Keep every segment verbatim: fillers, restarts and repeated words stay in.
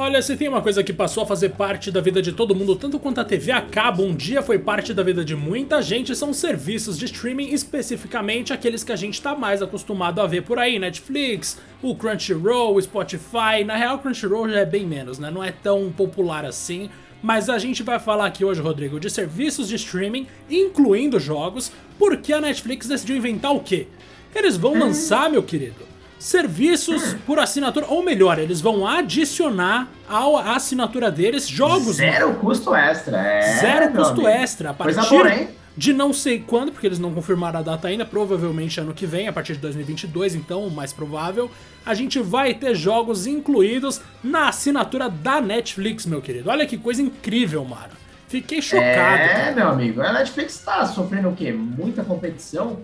Olha, se tem uma coisa que passou a fazer parte da vida de todo mundo, tanto quanto a T V a cabo um dia foi parte da vida de muita gente, são serviços de streaming, especificamente aqueles que a gente tá mais acostumado a ver por aí, Netflix, o Crunchyroll, o Spotify. Na real, o Crunchyroll já é bem menos, né? Não é tão popular assim. Mas a gente vai falar aqui hoje, Rodrigo, de serviços de streaming, incluindo jogos, porque a Netflix decidiu inventar o quê? Eles vão lançar, meu querido, serviços por assinatura, ou melhor, eles vão adicionar à assinatura deles jogos. Zero mano. custo extra, é. Zero custo extra. A partir boa, hein? de não sei quando, porque eles não confirmaram a data ainda, provavelmente ano que vem, a partir de dois mil e vinte e dois, então o mais provável, a gente vai ter jogos incluídos na assinatura da Netflix, meu querido. Olha que coisa incrível, mano. Fiquei chocado. É, cara. meu amigo, a Netflix tá sofrendo o quê? Muita competição.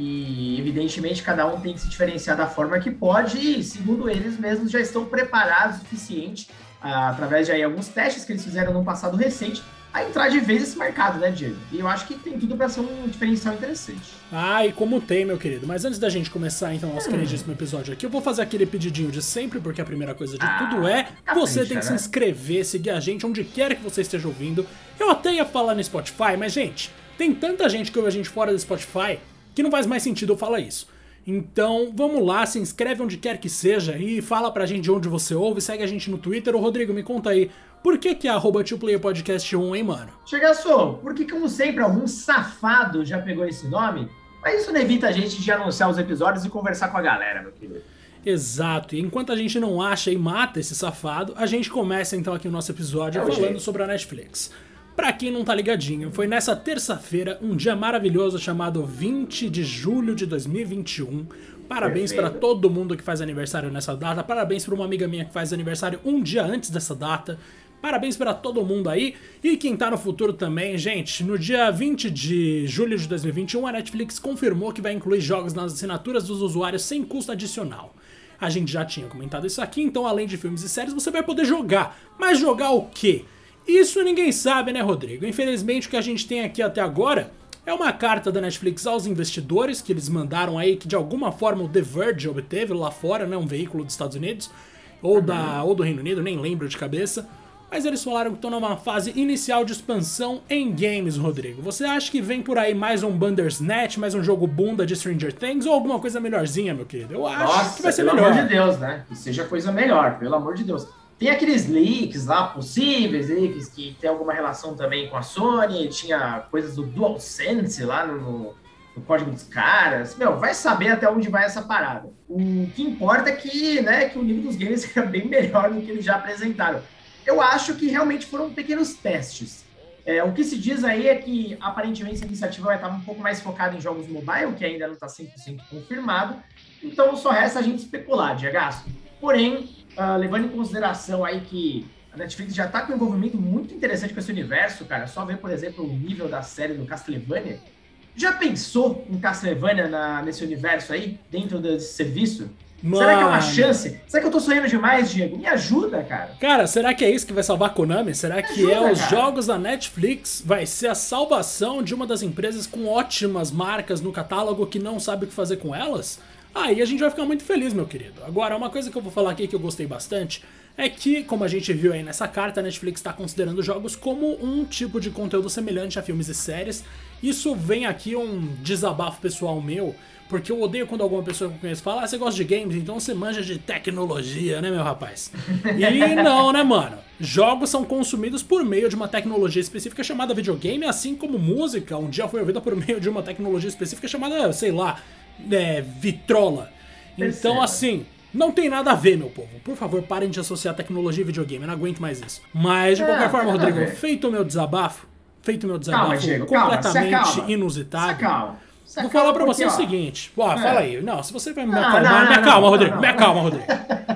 E, evidentemente, cada um tem que se diferenciar da forma que pode e, segundo eles mesmos, já estão preparados o suficiente, ah, através de aí, alguns testes que eles fizeram no passado recente, a entrar de vez nesse mercado, né, Diego? E eu acho que tem tudo para ser um diferencial interessante. Ah, e como tem, meu querido. Mas antes da gente começar, então, nosso hum. queridíssimo episódio aqui, eu vou fazer aquele pedidinho de sempre, porque a primeira coisa de ah, tudo é capricha, você tem que né? se inscrever, seguir a gente onde quer que você esteja ouvindo. Eu até ia falar no Spotify, mas, gente, tem tanta gente que ouve a gente fora do Spotify que não faz mais sentido eu falar isso. Então, vamos lá, se inscreve onde quer que seja e fala pra gente de onde você ouve, segue a gente no Twitter. Ô, Rodrigo, me conta aí, por que que é arroba two player podcast um, hein, mano? Chegaçou, porque como sempre, algum safado já pegou esse nome, mas isso não evita a gente de anunciar os episódios e conversar com a galera, meu querido. Exato, e enquanto a gente não acha e mata esse safado, a gente começa então aqui o nosso episódio é falando jeito. sobre a Netflix. Pra quem não tá ligadinho, foi nessa terça-feira, um dia maravilhoso chamado vinte de julho de dois mil e vinte e um. Parabéns para todo mundo que faz aniversário nessa data. Parabéns para uma amiga minha que faz aniversário um dia antes dessa data. Parabéns para todo mundo aí. E quem tá no futuro também, gente. No dia vinte de julho de dois mil e vinte e um, a Netflix confirmou que vai incluir jogos nas assinaturas dos usuários sem custo adicional. A gente já tinha comentado isso aqui, então além de filmes e séries, você vai poder jogar. Mas jogar o quê? Isso ninguém sabe, né, Rodrigo? Infelizmente, o que a gente tem aqui até agora é uma carta da Netflix aos investidores, que eles mandaram aí, que de alguma forma o The Verge obteve lá fora, né, um veículo dos Estados Unidos, ou, uhum. da, ou do Reino Unido, nem lembro de cabeça. Mas eles falaram que estão numa fase inicial de expansão em games, Rodrigo. Você acha que vem por aí mais um Bandersnatch, mais um jogo bunda de Stranger Things, ou alguma coisa melhorzinha, meu querido? Eu acho Nossa, que vai ser pelo melhor. Pelo amor de Deus, né? Que seja coisa melhor, pelo amor de Deus. Tem aqueles leaks lá, possíveis leaks, que tem alguma relação também com a Sony, tinha coisas do DualSense lá no, no código dos caras. Meu, vai saber até onde vai essa parada. O que importa é que, né, que o nível dos games seja bem melhor do que eles já apresentaram. Eu acho que realmente foram pequenos testes. É, o que se diz aí é que, aparentemente, essa iniciativa vai estar um pouco mais focada em jogos mobile, que ainda não está cem por cento confirmado. Então, só resta a gente especular, Diego. Porém, Uh, levando em consideração aí que a Netflix já tá com um envolvimento muito interessante com esse universo, cara, só ver, por exemplo, o nível da série do Castlevania. Já pensou em Castlevania na, nesse universo aí, dentro desse serviço? Mano. Será que é uma chance? Será que eu tô sonhando demais, Diego? Me ajuda, cara. Cara, será que é isso que vai salvar a Konami? Será que ajuda, é os cara. jogos da Netflix vai ser a salvação de uma das empresas com ótimas marcas no catálogo que não sabe o que fazer com elas? Aí a gente vai ficar muito feliz, meu querido. Agora, uma coisa que eu vou falar aqui que eu gostei bastante é que, como a gente viu aí nessa carta, a Netflix está considerando jogos como um tipo de conteúdo semelhante a filmes e séries. Isso vem aqui um desabafo pessoal meu, porque eu odeio quando alguma pessoa que eu conheço fala: ah, você gosta de games, então você manja de tecnologia, né, meu rapaz? E não, né, mano? Jogos são consumidos por meio de uma tecnologia específica chamada videogame, assim como música um dia foi ouvida por meio de uma tecnologia específica chamada, sei lá, É, vitrola. Então, assim, não tem nada a ver, meu povo. Por favor, parem de associar tecnologia e videogame. Eu não aguento mais isso. Mas, de qualquer é, forma, Rodrigo, feito o meu desabafo, feito o meu desabafo calma, Diego, completamente calma, inusitado, calma, vou falar pra você porque, o seguinte. Ó, é. Fala aí. Não, se você vai me acalmar, não, não, me acalma, não, Rodrigo. Não, não. Me acalma, Rodrigo.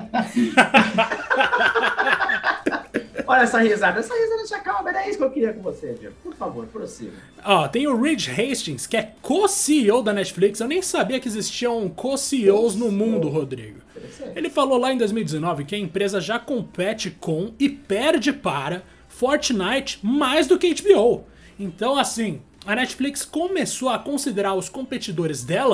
Olha essa risada, essa risada te acalma, era isso que eu queria com você, Diego. Por favor, prossiga. Ó, tem o Reed Hastings, que é co-C E O da Netflix. Eu nem sabia que existiam co-C E Os no mundo, Rodrigo. Ele falou lá em dois mil e dezenove que a empresa já compete com e perde para Fortnite mais do que H B O. Então, assim, a Netflix começou a considerar os competidores dela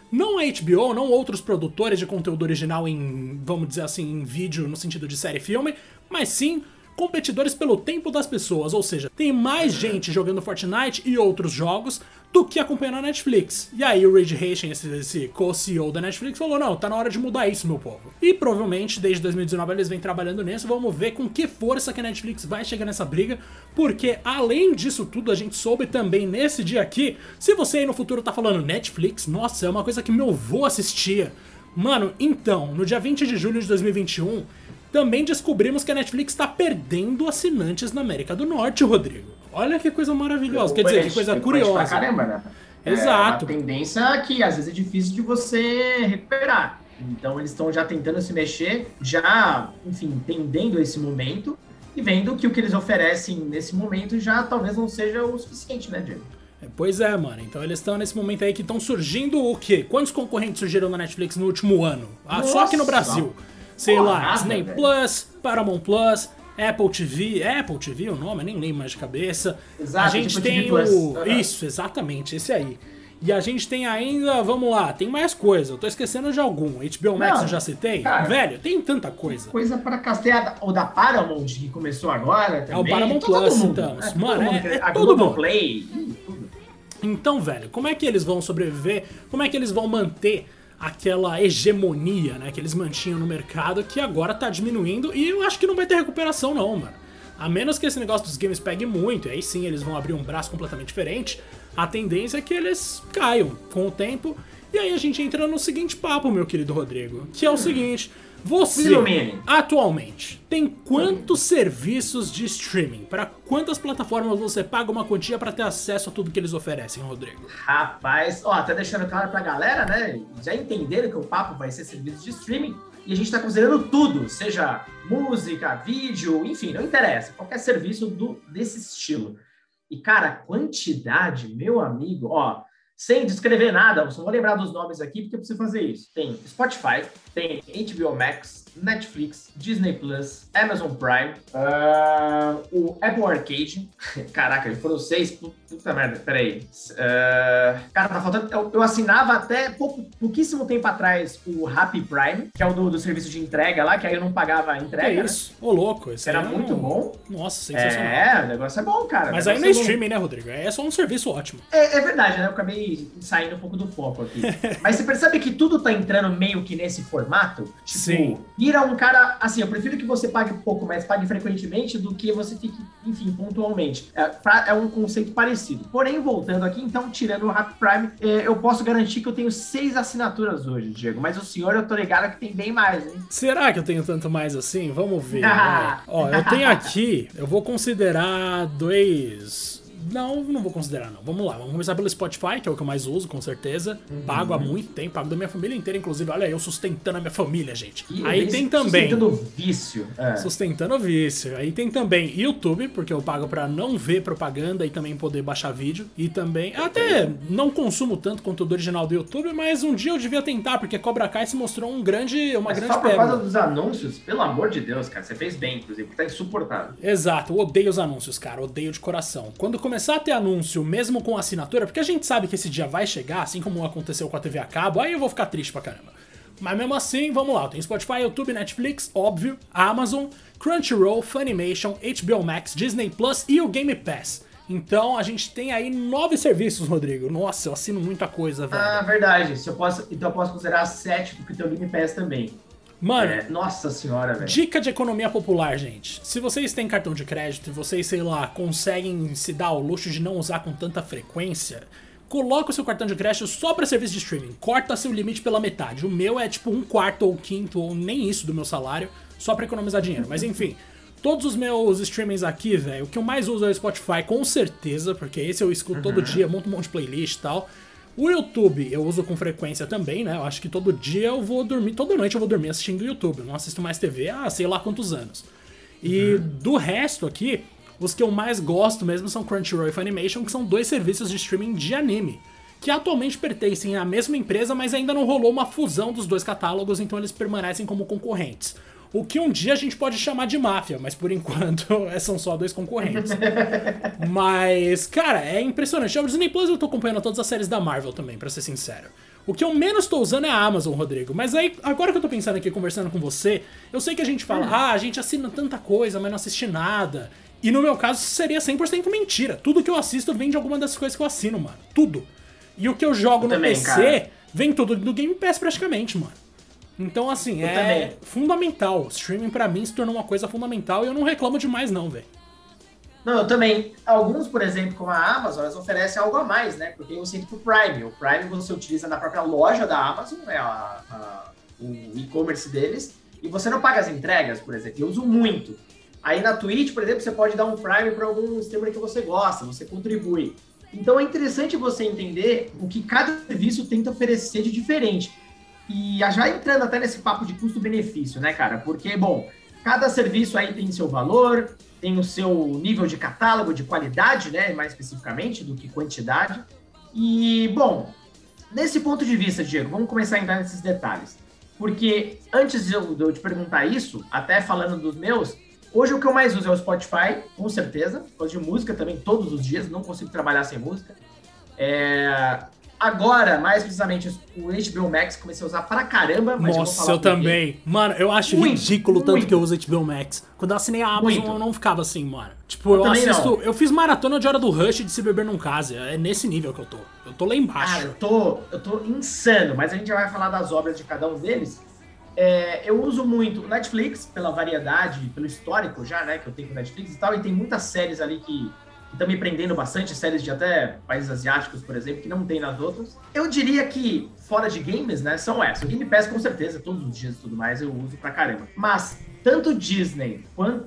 Não a H B O, não outros produtores de conteúdo original em, vamos dizer assim, em vídeo no sentido de série e filme, mas sim competidores pelo tempo das pessoas, ou seja, tem mais gente jogando Fortnite e outros jogos do que acompanhando a Netflix. E aí o Reed Hastings, esse, esse co-C E O da Netflix, falou, não, tá na hora de mudar isso, meu povo. E provavelmente, desde dois mil e dezenove, eles vêm trabalhando nisso, vamos ver com que força que a Netflix vai chegar nessa briga, porque além disso tudo, a gente soube também nesse dia aqui, se você aí no futuro tá falando Netflix, nossa, é uma coisa que meu avô assistia. Mano, então, no dia vinte de julho de dois mil e vinte e um, também descobrimos que a Netflix tá perdendo assinantes na América do Norte, Rodrigo. Olha que coisa maravilhosa, quer dizer, que coisa curiosa. Pra caramba, né? Exato. É uma tendência que às vezes é difícil de você recuperar. Então eles estão já tentando se mexer, já, enfim, entendendo esse momento e vendo que o que eles oferecem nesse momento já talvez não seja o suficiente, né, Diego? É, pois é, mano. Então eles estão nesse momento aí que estão surgindo o quê? Quantos concorrentes surgiram na Netflix no último ano? Ah, só aqui no Brasil. Sei Pô, lá, nada, Disney velho. Plus, Paramount Plus, Apple T V. É Apple T V o nome? Eu nem lembro mais de cabeça. Exato, a gente tipo tem T V Plus. o... Uhum. Isso, exatamente, esse aí. E a gente tem ainda, vamos lá, tem mais coisa. Eu tô esquecendo de algum. H B O Max Não, eu já citei. cara, Velho, tem tanta coisa. Coisa pra castear. O da Paramount, que começou agora também. É o Paramount todo Plus, mundo, então. né? Mano, Todo mundo é- quer- é a todo Globo mundo. Play, ih, tudo. Então, velho, como é que eles vão sobreviver? Como é que eles vão manter aquela hegemonia, né, que eles mantinham no mercado, que agora tá diminuindo e eu acho que não vai ter recuperação não, mano. A menos que esse negócio dos games pegue muito, e aí sim eles vão abrir um braço completamente diferente, a tendência é que eles caiam com o tempo. E aí a gente entra no seguinte papo, meu querido Rodrigo, que é o seguinte... Você, Ilumine. atualmente, tem quantos serviços de streaming? Para quantas plataformas você paga uma quantia para ter acesso a tudo que eles oferecem, Rodrigo? Rapaz, ó, tá deixando claro pra galera, né? Já entenderam que o papo vai ser serviço de streaming e a gente tá considerando tudo, seja música, vídeo, enfim, não interessa, qualquer serviço do, desse estilo. E, cara, quantidade, meu amigo, ó, sem descrever nada, eu só vou lembrar dos nomes aqui porque eu preciso fazer isso. Tem Spotify, tem H B O Max, Netflix, Disney Plus, Amazon Prime, uh, o Apple Arcade. Caraca, foram seis. Puta merda, peraí. Uh, cara, tá faltando. Eu, eu assinava até pouco, pouquíssimo tempo atrás o Happy Prime, que é o do, do serviço de entrega lá, que aí eu não pagava a entrega. Que isso? Ô, louco. Esse Era aí é muito um- bom. Nossa, sensacional. É, o negócio é bom, cara. Mas O aí não é negócio é bom. streaming, né, Rodrigo? É só um serviço ótimo. É, é verdade, né? Eu acabei saindo um pouco do foco aqui. Mas você percebe que tudo tá entrando meio que nesse formato? Tipo, Sim. vira um cara... Assim, eu prefiro que você pague pouco, mas pague frequentemente do que você fique, enfim, pontualmente. É, pra- é um conceito parecido. Porém, voltando aqui, então, tirando o Happy Prime, é, eu posso garantir que eu tenho seis assinaturas hoje, Diego. Mas o senhor, eu tô ligado que tem bem mais, hein? Será que eu tenho tanto mais assim? Vamos ver. Ah. Ó, Ó, eu tenho aqui, eu vou considerar dois... Não, não vou considerar não. Vamos lá, vamos começar pelo Spotify, que é o que eu mais uso, com certeza. Pago há muito tempo, pago da minha família inteira, inclusive. Olha, eu sustentando a minha família, gente. E Aí eles tem também... sustentando vício. É. Sustentando o vício. Aí tem também YouTube, porque eu pago pra não ver propaganda e também poder baixar vídeo. E também, até não consumo tanto conteúdo original do YouTube, mas um dia eu devia tentar, porque Cobra Kai se mostrou um grande, uma Mas grande só por causa pérola. dos anúncios, pelo amor de Deus, cara, você fez bem, inclusive, porque tá insuportável. Exato, eu odeio os anúncios, cara, odeio de coração. Quando começar a ter anúncio, mesmo com assinatura, porque a gente sabe que esse dia vai chegar, assim como aconteceu com a T V a cabo, aí eu vou ficar triste pra caramba. Mas mesmo assim, vamos lá, tem Spotify, YouTube, Netflix, óbvio, Amazon, Crunchyroll, Funimation, H B O Max, Disney Plus e o Game Pass. Então a gente tem aí nove serviços, Rodrigo. Nossa, eu assino muita coisa, velho. Ah, verdade. Se eu posso, então eu posso considerar sete, porque tem o Game Pass também. Mano, É, nossa senhora, velho. dica de economia popular, gente. Se vocês têm cartão de crédito e vocês, sei lá, conseguem se dar ao luxo de não usar com tanta frequência, coloca o seu cartão de crédito só pra serviço de streaming. Corta seu limite pela metade. O meu é tipo um quarto ou quinto, ou nem isso do meu salário, só pra economizar dinheiro. Mas enfim, todos os meus streamings aqui, velho, o que eu mais uso é o Spotify, com certeza, porque esse eu escuto todo dia, monto um monte de playlist e tal. O YouTube eu uso com frequência também, né? Eu acho que todo dia eu vou dormir, toda noite eu vou dormir assistindo o YouTube. Eu não assisto mais T V há sei lá quantos anos. E do resto aqui, os que eu mais gosto mesmo são Crunchyroll e Funimation, que são dois serviços de streaming de anime, que atualmente pertencem à mesma empresa, mas ainda não rolou uma fusão dos dois catálogos, então eles permanecem como concorrentes. O que um dia a gente pode chamar de máfia, mas por enquanto são só dois concorrentes. Mas, cara, é impressionante. O Disney Plus eu tô acompanhando todas as séries da Marvel também, pra ser sincero. O que eu menos tô usando é a Amazon, Rodrigo. Mas aí, agora que eu tô pensando aqui, conversando com você, eu sei que a gente fala, hum. ah, a gente assina tanta coisa, mas não assiste nada. E no meu caso, seria cem por cento mentira. Tudo que eu assisto vem de alguma das coisas que eu assino, mano. Tudo. E o que eu jogo eu no também, P C, cara. Vem tudo do Game Pass praticamente, mano. Então, assim, eu é também. fundamental. O streaming pra mim se tornou uma coisa fundamental e eu não reclamo demais não, velho. Não, eu também. Alguns, por exemplo, como a Amazon, elas oferecem algo a mais, né? Porque você entra pro Prime. O Prime você utiliza na própria loja da Amazon, né? A, a, o e-commerce deles. E você não paga as entregas, por exemplo. Eu uso muito. Aí na Twitch, por exemplo, você pode dar um Prime para algum streamer que você gosta, você contribui. Então é interessante você entender o que cada serviço tenta oferecer de diferente. E já entrando até nesse papo de custo-benefício, né, cara? Porque, bom, cada serviço aí tem seu valor, tem o seu nível de catálogo, de qualidade, né, mais especificamente, do que quantidade. E, bom, nesse ponto de vista, Diego, vamos começar a entrar nesses detalhes. Porque antes de eu, de eu te perguntar isso, até falando dos meus, hoje o que eu mais uso é o Spotify, com certeza. Gosto de música também todos os dias, não consigo trabalhar sem música. É... Agora, mais precisamente, o H B O Max comecei a usar pra caramba. Mas Nossa, eu, vou falar eu também. Mano, eu acho muito, ridículo tanto muito. que eu uso H B O Max. Quando eu assinei a Amazon, muito. eu não ficava assim, mano. Tipo, eu, eu assisto... Não. Eu fiz maratona de Hora do Rush de Se Beber Não Case. É nesse nível que eu tô. Eu tô lá embaixo. Cara, eu tô, eu tô insano. Mas a gente já vai falar das obras de cada um deles. É, eu uso muito o Netflix, pela variedade, pelo histórico já, né, que eu tenho com o Netflix e tal, e tem muitas séries ali que estão me prendendo bastante, séries de até países asiáticos, por exemplo, que não tem nas outras. Eu diria que, fora de games, né, são essas. O Game Pass, com certeza, todos os dias e tudo mais, eu uso pra caramba. Mas, tanto Disney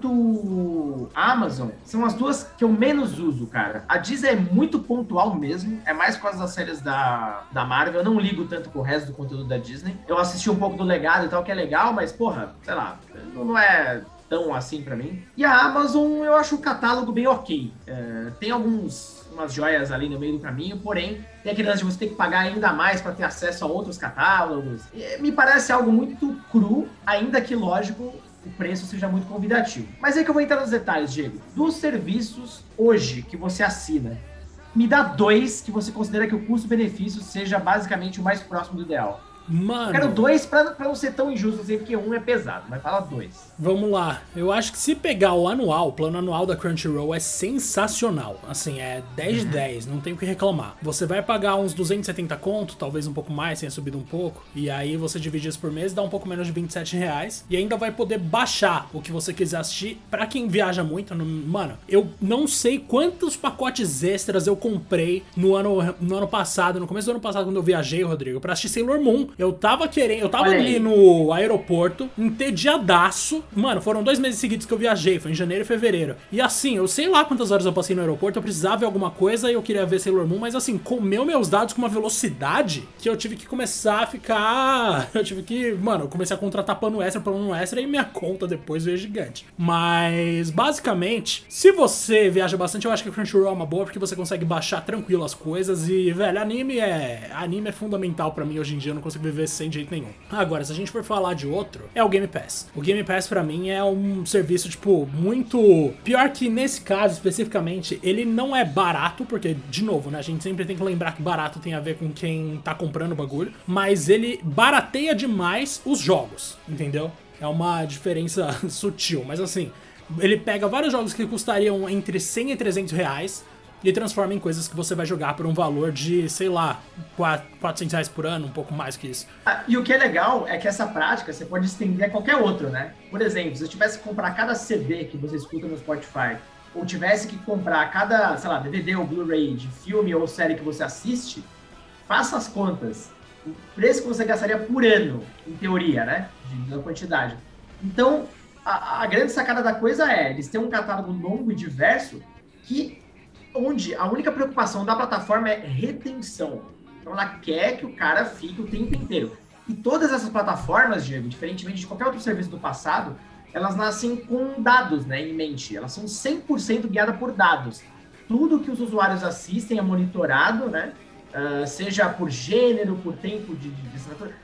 quanto Amazon são as duas que eu menos uso, cara. A Disney é muito pontual mesmo, é mais por causa das séries da, da Marvel, eu não ligo tanto com o resto do conteúdo da Disney. Eu assisti um pouco do Legado e tal, que é legal, mas, porra, sei lá, não é tão assim pra mim. E a Amazon, eu acho o catálogo bem ok. É, tem alguns, umas joias ali no meio do caminho, porém, tem aquele lance de você ter que pagar ainda mais pra ter acesso a outros catálogos. E me parece algo muito cru, ainda que, lógico, o preço seja muito convidativo. Mas é que eu vou entrar nos detalhes, Diego. Dos serviços hoje que você assina, me dá dois que você considera que o custo-benefício seja basicamente o mais próximo do ideal. Mano... Eu quero dois pra, pra não ser tão injusto assim, porque um é pesado, mas fala dois. Vamos lá. Eu acho que se pegar o anual, o plano anual da Crunchyroll é sensacional. Assim, é dez de dez, não tem o que reclamar. Você vai pagar uns duzentos e setenta conto, talvez um pouco mais, tenha subido um pouco. E aí você divide isso por mês, dá um pouco menos de vinte e sete reais. E ainda vai poder baixar o que você quiser assistir. Pra quem viaja muito, no... mano, eu não sei quantos pacotes extras eu comprei no ano, no ano passado, no começo do ano passado, quando eu viajei, Rodrigo, pra assistir Sailor Moon. Eu tava querendo, eu tava ali no aeroporto, entediadaço. Mano, foram dois meses seguidos que eu viajei, foi em janeiro e fevereiro. E assim, eu sei lá quantas horas eu passei no aeroporto, eu precisava ver alguma coisa e eu queria ver Sailor Moon, mas assim, comeu meus dados com uma velocidade que eu tive que começar a ficar... Eu tive que, mano, eu comecei a contratar plano extra, plano extra e minha conta depois veio gigante. Mas, basicamente, se você viaja bastante, eu acho que a Crunchyroll é uma boa, porque você consegue baixar tranquilo as coisas e, velho, anime é... Anime é fundamental pra mim hoje em dia, eu não consigo viver sem jeito nenhum. Agora, se a gente for falar de outro, é o Game Pass. O Game Pass pra mim é um serviço, tipo, muito... Pior que nesse caso, especificamente, ele não é barato, porque, de novo, né, a gente sempre tem que lembrar que barato tem a ver com quem tá comprando o bagulho, mas ele barateia demais os jogos, entendeu? É uma diferença sutil, mas assim, ele pega vários jogos que custariam entre cem e trezentos reais e transforma em coisas que você vai jogar por um valor de, sei lá, quatrocentos reais por ano, um pouco mais que isso. Ah, e o que é legal é que essa prática você pode estender a qualquer outro, né? Por exemplo, se eu tivesse que comprar cada C D que você escuta no Spotify, ou tivesse que comprar cada, sei lá, D V D ou Blu-ray de filme ou série que você assiste, faça as contas. O preço que você gastaria por ano, em teoria, né? Da quantidade. Então, a, a grande sacada da coisa é, eles têm um catálogo longo e diverso que onde a única preocupação da plataforma é retenção. Então ela quer que o cara fique o tempo inteiro. E todas essas plataformas, Diego, diferentemente de qualquer outro serviço do passado, elas nascem com dados, né, em mente. Elas são cem por cento guiadas por dados. Tudo que os usuários assistem é monitorado, né? Uh, seja por gênero, por tempo de, de, de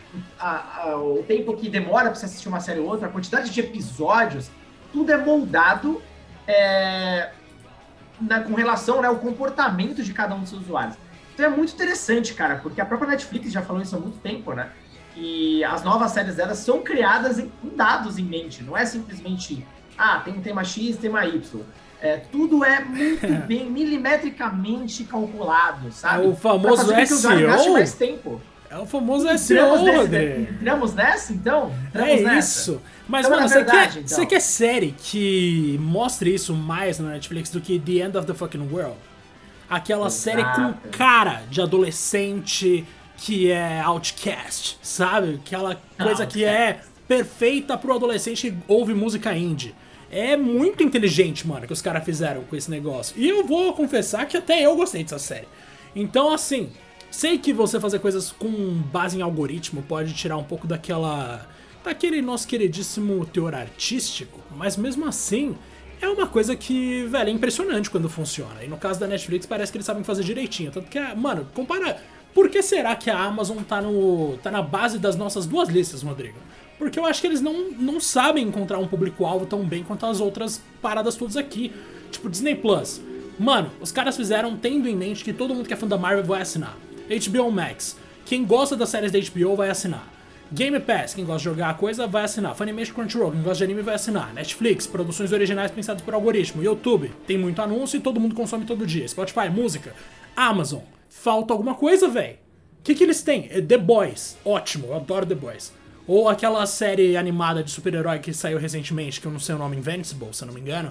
a, a, o tempo que demora para você assistir uma série ou outra, a quantidade de episódios, tudo é moldado é, na, com relação, né, ao comportamento de cada um dos seus usuários. Então é muito interessante, cara, porque a própria Netflix já falou isso há muito tempo, né? Que as novas séries delas são criadas em, com dados em mente, não é simplesmente, ah, tem um tema X, tema Y. É, tudo é muito bem, milimetricamente calculado, sabe? É o famoso S E O? Mais tempo. É o famoso S E O, Rodrigo. Entramos nessa, então? Entramos é nessa. Isso. Mas, então, mano, você verdade, quer, então. você quer série que mostre isso mais na Netflix do que The End of the Fucking World? Aquela Exato. série com cara de adolescente que é outcast, sabe? Aquela coisa Outcast. que é perfeita pro adolescente que ouve música indie. É muito inteligente, mano, que os caras fizeram com esse negócio. E eu vou confessar que até eu gostei dessa série. Então, assim, sei que você fazer coisas com base em algoritmo pode tirar um pouco daquela... daquele nosso queridíssimo teor artístico, mas mesmo assim... é uma coisa que, velho, é impressionante quando funciona. E no caso da Netflix parece que eles sabem fazer direitinho. Tanto que, mano, compara... Por que será que a Amazon tá, no, tá na base das nossas duas listas, Rodrigo? Porque eu acho que eles não, não sabem encontrar um público-alvo tão bem quanto as outras paradas todas aqui. Tipo, Disney Plus. Mano, os caras fizeram tendo em mente que todo mundo que é fã da Marvel vai assinar. H B O Max. Quem gosta das séries da H B O vai assinar. Game Pass, quem gosta de jogar a coisa, vai assinar. Funimation, Crunchyroll, quem gosta de anime vai assinar. Netflix, produções originais pensadas por algoritmo. YouTube, tem muito anúncio e todo mundo consome todo dia. Spotify, música. Amazon, falta alguma coisa, véi. O que que eles têm? The Boys, ótimo, eu adoro The Boys. Ou aquela série animada de super-herói que saiu recentemente, que eu não sei o nome, Invincible, se eu não me engano.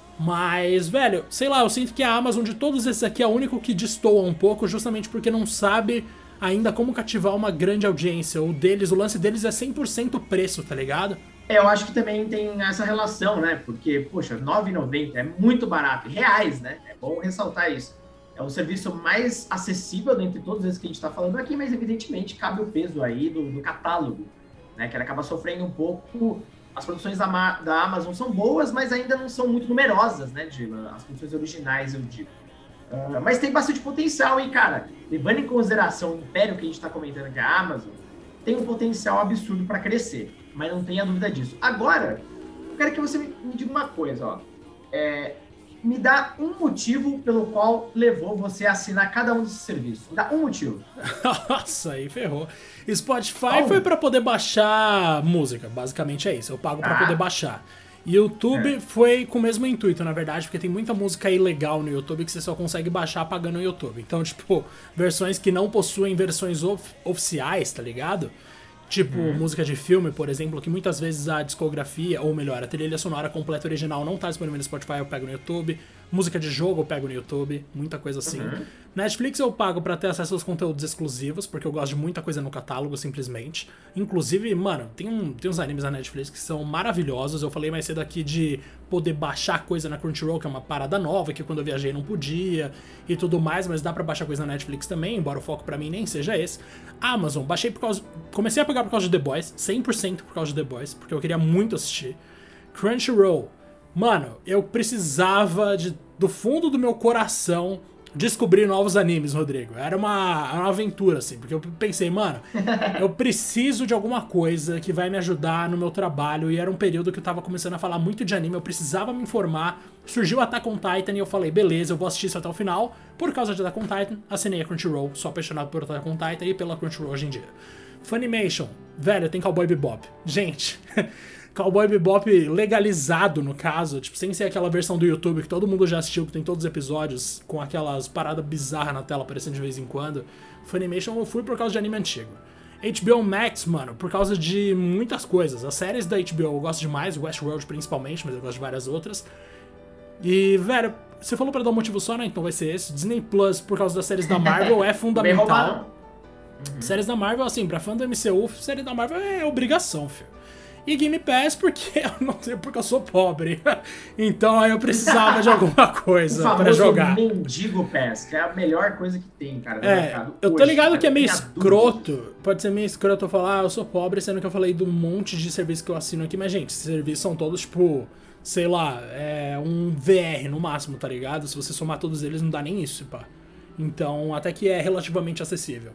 Mas, velho, sei lá, eu sinto que a Amazon de todos esses aqui é o único que destoa um pouco, justamente porque não sabe... ainda como cativar uma grande audiência. O deles, o lance deles é cem por cento preço, tá ligado? É, eu acho que também tem essa relação, né? Porque, poxa, nove reais e noventa centavos é muito barato. Reais, né? É bom ressaltar isso. É o serviço mais acessível dentre todos esses que a gente tá falando aqui, mas evidentemente cabe o peso aí do, do catálogo, né? Que ele acaba sofrendo um pouco... As produções da, da Amazon são boas, mas ainda não são muito numerosas, né, Dila? As produções originais, eu digo. Uh, mas tem bastante potencial, hein, cara? Levando em consideração o império que a gente está comentando que é a Amazon, tem um potencial absurdo para crescer, mas não tenha dúvida disso. Agora, eu quero que você me, me diga uma coisa, ó. É, me dá um motivo pelo qual levou você a assinar cada um desses serviços. Me dá um motivo. Nossa, aí ferrou. Spotify oh. foi para poder baixar música, basicamente é isso. Eu pago para ah. poder baixar. YouTube é. foi com o mesmo intuito, na verdade, porque tem muita música ilegal no YouTube que você só consegue baixar pagando no YouTube. Então, tipo, versões que não possuem versões of- oficiais, tá ligado? Tipo, uhum. música de filme, por exemplo, que muitas vezes a discografia, ou melhor, a trilha sonora completa original não tá disponível no Spotify, eu pego no YouTube. Música de jogo eu pego no YouTube, muita coisa assim. Uhum. Netflix eu pago pra ter acesso aos conteúdos exclusivos, porque eu gosto de muita coisa no catálogo, simplesmente. Inclusive, mano, tem, um, tem uns animes na Netflix que são maravilhosos. Eu falei mais cedo aqui de poder baixar coisa na Crunchyroll, que é uma parada nova, que quando eu viajei não podia e tudo mais, mas dá pra baixar coisa na Netflix também, embora o foco pra mim nem seja esse. Amazon, baixei por causa... Comecei a pagar por causa de The Boys, cem por cento por causa de The Boys, porque eu queria muito assistir. Crunchyroll, mano, eu precisava de, do fundo do meu coração descobrir novos animes, Rodrigo. Era uma, uma aventura, assim, porque eu pensei, mano, eu preciso de alguma coisa que vai me ajudar no meu trabalho, e era um período que eu tava começando a falar muito de anime, eu precisava me informar. Surgiu Attack on Titan e eu falei, beleza, eu vou assistir isso até o final. Por causa de Attack on Titan, assinei a Crunchyroll, sou apaixonado por Attack on Titan e pela Crunchyroll hoje em dia. Funimation, velho, tem Cowboy Bebop. Gente... Cowboy Bebop legalizado, no caso, tipo, sem ser aquela versão do YouTube que todo mundo já assistiu, que tem todos os episódios com aquelas paradas bizarras na tela aparecendo de vez em quando. Funimation eu fui por causa de anime antigo. H B O Max, mano, por causa de muitas coisas. As séries da H B O eu gosto demais, Westworld principalmente, mas eu gosto de várias outras. E, velho, você falou pra dar um motivo só, né? Então vai ser esse. Disney Plus, por causa das séries da Marvel, é fundamental. Uhum. Séries da Marvel, assim, pra fã do M C U, série da Marvel é obrigação, filho. E Game Pass porque eu não sei porque eu sou pobre. Então aí eu precisava de alguma coisa pra jogar. O Mendigo Pass, que é a melhor coisa que tem, cara, no é, mercado. Eu hoje, tô ligado cara, que é meio escroto. Dúvida. Pode ser meio escroto eu falar, ah, eu sou pobre, sendo que eu falei de um monte de serviços que eu assino aqui. Mas, gente, esses serviços são todos, tipo, sei lá, é um V R no máximo, tá ligado? Se você somar todos eles, não dá nem isso, pá. Então, até que é relativamente acessível.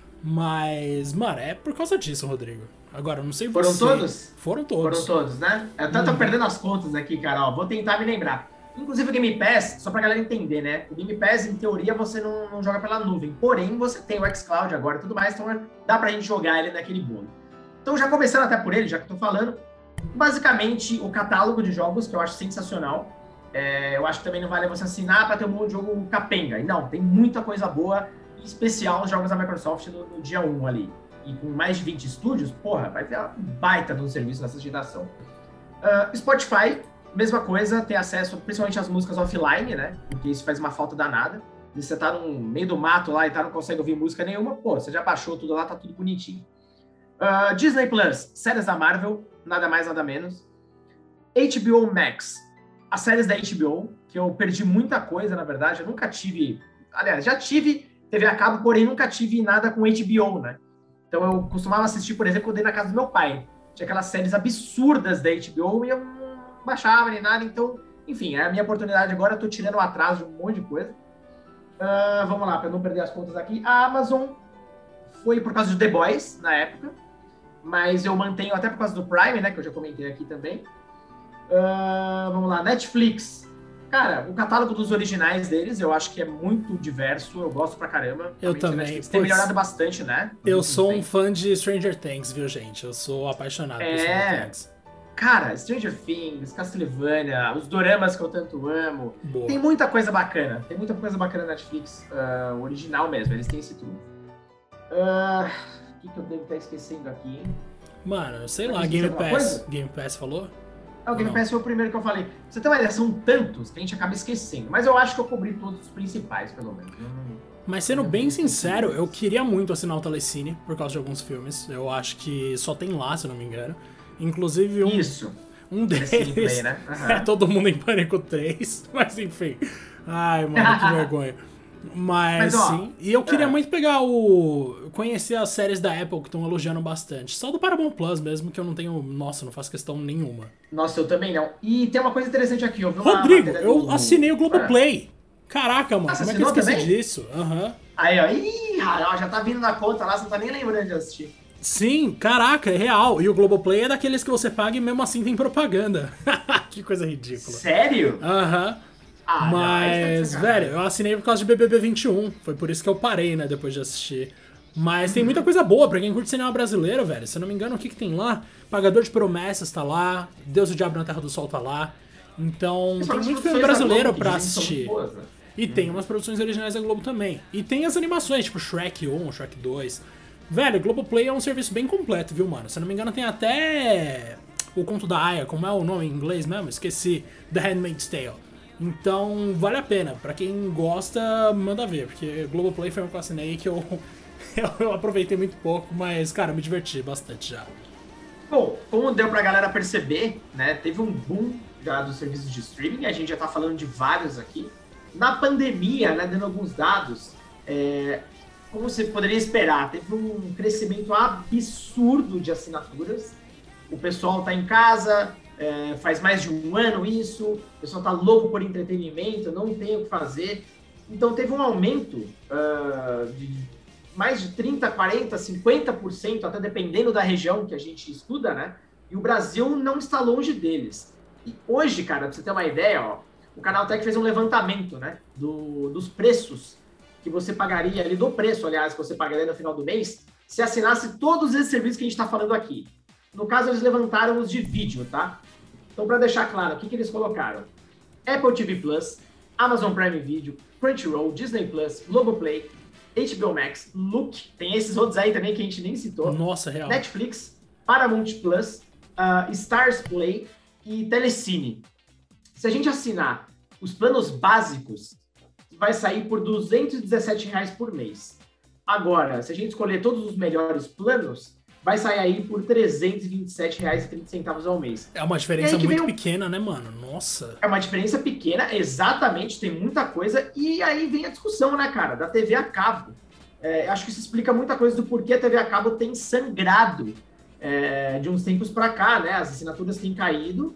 Mas, mano, é por causa disso, Rodrigo. Agora, eu não sei Foram você. todos? Foram todos. Foram todos, né? Eu tô, tô hum. perdendo as contas aqui, cara. Ó, vou tentar me lembrar. Inclusive o Game Pass, só pra galera entender, né? O Game Pass, em teoria, você não, não joga pela nuvem. Porém, você tem o xCloud agora e tudo mais, então dá pra gente jogar ele naquele bolo. Então, já começando até por ele, já que eu tô falando, basicamente, o catálogo de jogos, que eu acho sensacional. É, eu acho que também não vale você assinar pra ter um monte de jogo capenga. E não, tem muita coisa boa, em especial os jogos da Microsoft no, no dia um ali. E com mais de vinte estúdios, porra, vai ter uma baita de um serviço nessa geração. Uh, Spotify, mesma coisa, ter acesso principalmente às músicas offline, né? Porque isso faz uma falta danada. E você tá no meio do mato lá e tá, não consegue ouvir música nenhuma, pô, você já baixou tudo lá, tá tudo bonitinho. Uh, Disney Plus, séries da Marvel, nada mais, nada menos. H B O Max, as séries da H B O, que eu perdi muita coisa, na verdade, eu nunca tive... Aliás, já tive T V a cabo, porém nunca tive nada com H B O, né? Então eu costumava assistir, por exemplo, quando eu ia na casa do meu pai. Tinha aquelas séries absurdas da H B O e eu não baixava nem nada, então... Enfim, é a minha oportunidade agora, eu tô tirando o atraso de um monte de coisa. Uh, vamos lá, para não perder as contas aqui. A Amazon foi por causa de The Boys, na época, mas eu mantenho até por causa do Prime, né, que eu já comentei aqui também. Uh, vamos lá, Netflix. Cara, o catálogo dos originais deles, eu acho que é muito diverso, eu gosto pra caramba. Eu também. Tem melhorado bastante, né? Eu sou um fã de Stranger Things, viu, gente? Eu sou apaixonado é... por Stranger Things. Cara, Stranger Things, Castlevania, os doramas que eu tanto amo. Boa. Tem muita coisa bacana. Tem muita coisa bacana na Netflix, uh, original mesmo, eles têm esse tudo. Uh, o que, que eu devo estar esquecendo aqui, hein? Mano, sei lá, Game Pass. Game Pass falou? Ah, o Game Pass foi o primeiro que eu falei. Pra você ter uma ideia, são tantos que a gente acaba esquecendo. Mas eu acho que eu cobri todos os principais, pelo menos. Mas sendo bem sincero, eu queria muito assinar o Telecine por causa de alguns filmes. Eu acho que só tem lá, se eu não me engano. Inclusive um... Isso. Um deles... Play, né? Uhum. É Todo Mundo em Pânico três. Mas enfim. Ai, mano, que vergonha. Mas, Mas ó, sim. E eu queria é. muito pegar o... Conhecer as séries da Apple que estão elogiando bastante. Só do Paramount Plus mesmo, que eu não tenho... Nossa, não faço questão nenhuma. Nossa, eu também não. E tem uma coisa interessante aqui. Eu vi uma Rodrigo, eu do... assinei o Globoplay. É. Caraca, mano. Nossa, como é que eu esqueci também? disso? Uhum. Aí, ó. Ih, já tá vindo na conta lá, você não tá nem lembrando de assistir. Sim, caraca, é real. E o Globoplay é daqueles que você paga e mesmo assim tem propaganda. Que coisa ridícula. Sério? Aham. Uhum. Ah, Mas, não, tá velho, eu assinei por causa de B B B vinte e um. Foi por isso que eu parei, né, depois de assistir. Mas uhum. tem muita coisa boa pra quem curte cinema brasileiro, velho. Se eu não me engano, o que que tem lá? Pagador de Promessas tá lá. Deus e o Diabo na Terra do Sol tá lá. Então, tem muito filme brasileiro pra assistir. Boas, né? E uhum. tem umas produções originais da Globo também. E tem as animações, tipo Shrek um, Shrek dois. Velho, o Globoplay é um serviço bem completo, viu, mano? Se eu não me engano, tem até o Conto da Aia, como é o nome em inglês mesmo? Esqueci. The Handmaid's Tale. Então, vale a pena. Pra quem gosta, manda ver. Porque Globoplay foi um que eu assinei que eu, eu aproveitei muito pouco, mas, cara, me diverti bastante já. Bom, como deu pra galera perceber, né, teve um boom já dos serviços de streaming, a gente já tá falando de vários aqui. Na pandemia, né, dando alguns dados, é, como você poderia esperar, teve um crescimento absurdo de assinaturas. O pessoal tá em casa... É, faz mais de um ano isso, o pessoal tá louco por entretenimento, não tem o que fazer. Então teve um aumento uh, de mais de trinta, quarenta, cinquenta por cento, até dependendo da região que a gente estuda, né? E o Brasil não está longe deles. E hoje, cara, pra você ter uma ideia, ó, o Canaltech fez um levantamento, né? Do, dos preços que você pagaria ali, do preço, aliás, que você pagaria no final do mês, se assinasse todos esses serviços que a gente tá falando aqui. No caso, eles levantaram os de vídeo, tá? Então, para deixar claro, o que, que eles colocaram? Apple T V Plus, Amazon Prime Video, Crunchyroll, Disney Plus, Globoplay, H B O Max, Look, tem esses outros aí também que a gente nem citou. Nossa, real. Netflix, Paramount Plus, uh, Stars Play e Telecine. Se a gente assinar os planos básicos, vai sair por duzentos e dezessete reais por mês. Agora, se a gente escolher todos os melhores planos, vai sair aí por trezentos e vinte e sete reais e trinta centavos ao mês. É uma diferença muito pequena, né, mano? Nossa. É uma diferença pequena, exatamente, tem muita coisa. E aí vem a discussão, né, cara, da T V a cabo. É, acho que isso explica muita coisa do porquê a T V a cabo tem sangrado é, de uns tempos pra cá, né? As assinaturas têm caído.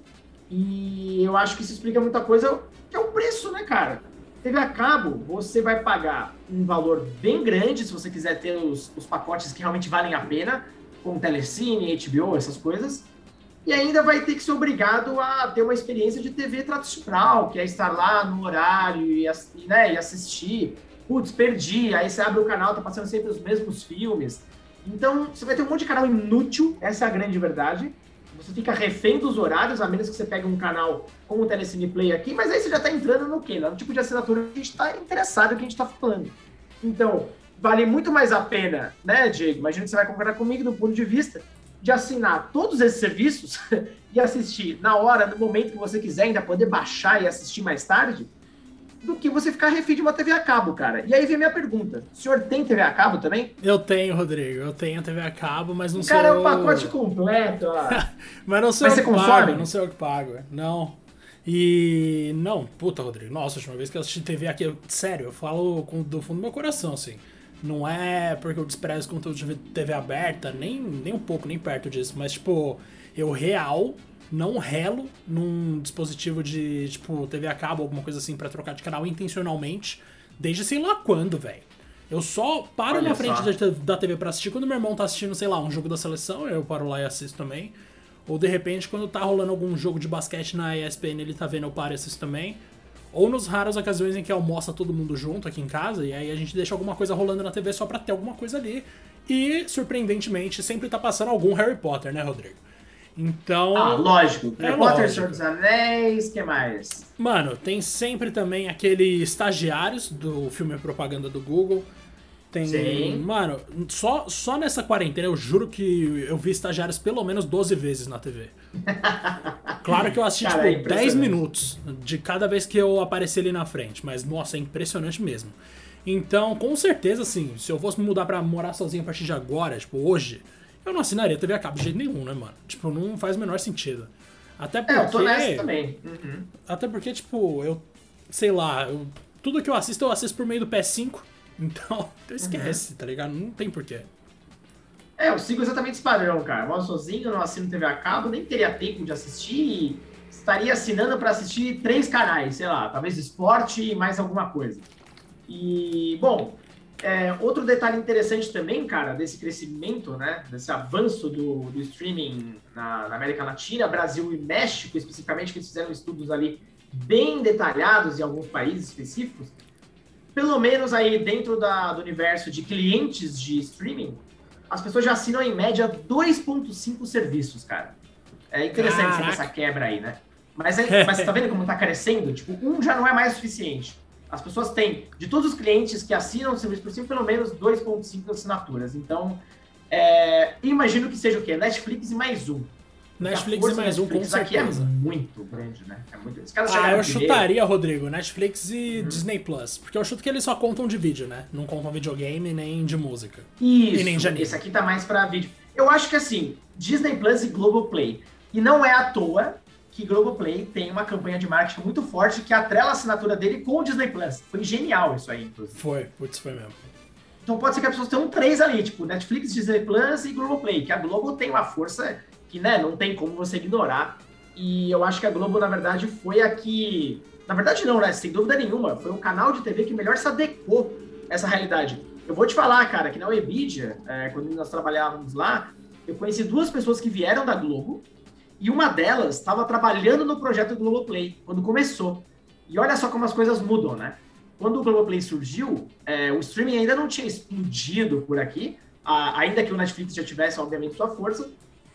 E eu acho que isso explica muita coisa, que é o preço, né, cara? T V a cabo, você vai pagar um valor bem grande se você quiser ter os, os pacotes que realmente valem a pena, como Telecine, H B O, essas coisas. e ainda vai ter que ser obrigado a ter uma experiência de T V tradicional, que é estar lá no horário e, né, e assistir. Putz, perdi, aí você abre o canal, tá passando sempre os mesmos filmes. Então, você vai ter um monte de canal inútil, essa é a grande verdade. Você fica refém dos horários, a menos que você pegue um canal como o Telecine Play aqui, mas aí você já tá entrando no quê? No tipo de assinatura que a gente tá interessado, que a gente tá falando. Então, vale muito mais a pena, né, Diego? Imagina que você vai concordar comigo do ponto de vista de assinar todos esses serviços e assistir na hora, no momento que você quiser, ainda poder baixar e assistir mais tarde, do que você ficar refém de uma T V a cabo, cara. E aí vem minha pergunta. O senhor tem T V a cabo também? Eu tenho, Rodrigo. Eu tenho T V a cabo, mas não cara, sou... Cara, é o pacote completo. Ó. Mas não sou mas eu que consome? pago. Não sou eu que pago. Não. E... Não, puta, Rodrigo. Nossa, a última vez que eu assisti T V aqui... Eu... Sério, eu falo com... do fundo do meu coração, assim. Não é porque eu desprezo conteúdo de T V aberta, nem, nem um pouco, nem perto disso. Mas, tipo, eu real... não relo num dispositivo de, tipo, T V a cabo, alguma coisa assim, pra trocar de canal intencionalmente, desde sei lá quando, velho. Eu só paro Olha na frente só. da, da T V pra assistir quando meu irmão tá assistindo, sei lá, um jogo da seleção, eu paro lá e assisto também. Ou, de repente, quando tá rolando algum jogo de basquete na E S P N, ele tá vendo, eu paro e assisto também. Ou nos raras ocasiões em que almoça todo mundo junto aqui em casa, e aí a gente deixa alguma coisa rolando na T V só pra ter alguma coisa ali. E, surpreendentemente, sempre tá passando algum Harry Potter, né, Rodrigo? Então... Ah, lógico. É Harry Potter, lógico. Senhor dos Anéis, o que mais? Mano, tem sempre também aquele Estagiários do filme Propaganda do Google. Tem... Sim. Mano, só, só nessa quarentena eu juro que eu vi Estagiários pelo menos doze vezes na T V. Claro que eu assisti, Cara, é tipo, dez impressionante. minutos de cada vez que eu apareci ali na frente. Mas, nossa, é impressionante mesmo. Então, com certeza, assim, se eu fosse me mudar pra morar sozinho a partir de agora, tipo, hoje... eu não assinaria T V a cabo de jeito nenhum, né, mano? Tipo, não faz o menor sentido. Até porque... É, eu tô nessa também. Uhum. Até porque, tipo, eu... sei lá, eu, tudo que eu assisto, eu assisto por meio do P S cinco. Então, então esquece, uhum. tá ligado? Não tem porquê. É, eu sigo exatamente esse padrão, cara. Eu moro sozinho, não assino T V a cabo, nem teria tempo de assistir e estaria assinando pra assistir três canais, sei lá, talvez esporte e mais alguma coisa. E, bom... É, outro detalhe interessante também, cara, desse crescimento, né, desse avanço do, do streaming na, na América Latina, Brasil e México, especificamente, que eles fizeram estudos ali bem detalhados em alguns países específicos, pelo menos aí dentro da, do universo de clientes de streaming, as pessoas já assinam em média dois ponto cinco serviços, cara. É interessante Caraca. essa quebra aí, né? Mas, aí, mas tá vendo como tá crescendo? Tipo, um já não é mais suficiente. As pessoas têm, de todos os clientes que assinam o serviço por cima, pelo menos dois ponto cinco assinaturas. Então, é, imagino que seja o quê? Netflix e mais um. Netflix e mais um, com Netflix aqui é certeza. muito grande, né? É muito... Os caras Ah, chegaram eu primeiro. chutaria, Rodrigo, Netflix e Uhum. Disney Plus. Porque eu chuto que eles só contam de vídeo, né? Não contam videogame nem de música. Isso, E nem de anime. esse aqui tá mais pra vídeo. Eu acho que assim, Disney Plus e Globoplay. E não é à toa que Globoplay tem uma campanha de marketing muito forte que atrela a assinatura dele com o Disney Plus. Foi genial isso aí, inclusive. Foi, putz, foi mesmo. Então pode ser que as pessoas tenham três ali, tipo Netflix, Disney Plus e Globoplay, que a Globo tem uma força que, né, não tem como você ignorar. E eu acho que a Globo, na verdade, foi a que... Na verdade não, né, sem dúvida nenhuma, foi o canal de T V que melhor se adequou a essa realidade. Eu vou te falar, cara, que na Webidia, é, quando nós trabalhávamos lá, eu conheci duas pessoas que vieram da Globo, e uma delas estava trabalhando no projeto do Globoplay, quando começou. E olha só como as coisas mudam, né? Quando o Globoplay surgiu, é, o streaming ainda não tinha explodido por aqui, a, ainda que o Netflix já tivesse, obviamente, sua força.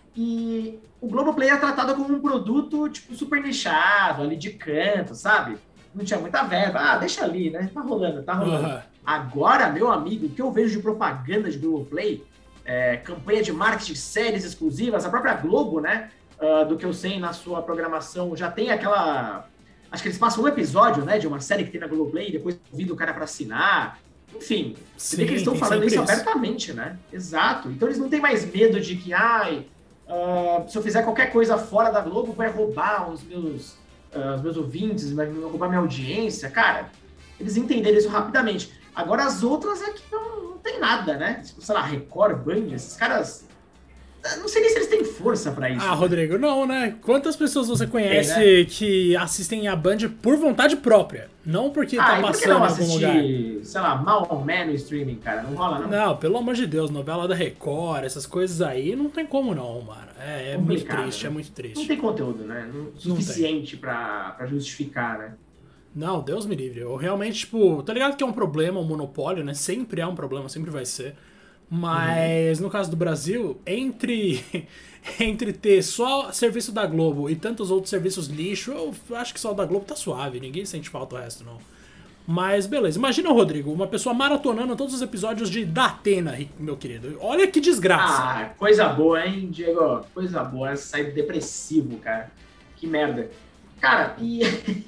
E o Globoplay era tratado como um produto, tipo, super nichado, ali de canto, sabe? Não tinha muita verba. Ah, deixa ali, né? Tá rolando, tá rolando. Uhum. Agora, meu amigo, o que eu vejo de propaganda de Globoplay, é, campanha de marketing, séries exclusivas, a própria Globo, né? Uh, do que eu sei na sua programação, já tem aquela... Acho que eles passam um episódio, né, de uma série que tem na Globoplay e depois convida o cara para assinar. Enfim, você vê que eles estão falando isso, isso abertamente, né? Exato. Então eles não têm mais medo de que, ai, uh, se eu fizer qualquer coisa fora da Globo, vai roubar os meus, uh, os meus ouvintes, vai roubar minha audiência. Cara, eles entenderam isso rapidamente. Agora as outras é que não, não tem nada, né? Tipo, sei lá, Record, Band, esses caras... Não sei nem se eles têm força pra isso. Ah, né? Rodrigo, não, né? Quantas pessoas você conhece é, né? que assistem a Band por vontade própria? Não porque ah, tá e por que passando não em algum lugar. assistir, sei lá, Mal Man no streaming, cara? Não rola, não? Não, pelo amor de Deus, novela da Record, essas coisas aí, não tem como não, mano. É, é muito triste, né? é muito triste. Não tem conteúdo, né? Não, suficiente pra, pra justificar, né? Não, Deus me livre. Eu realmente, tipo, tá ligado que é um problema o monopólio, né? Sempre é um problema, sempre vai ser. Mas uhum. no caso do Brasil, entre entre ter só serviço da Globo e tantos outros serviços lixo, eu acho que só o da Globo tá suave, ninguém sente falta o resto, não. Mas beleza, imagina, Rodrigo, uma pessoa maratonando todos os episódios de Datena, meu querido. Olha que desgraça. Ah, coisa boa, hein, Diego? Coisa boa, sai depressivo, cara. Que merda. Cara, e...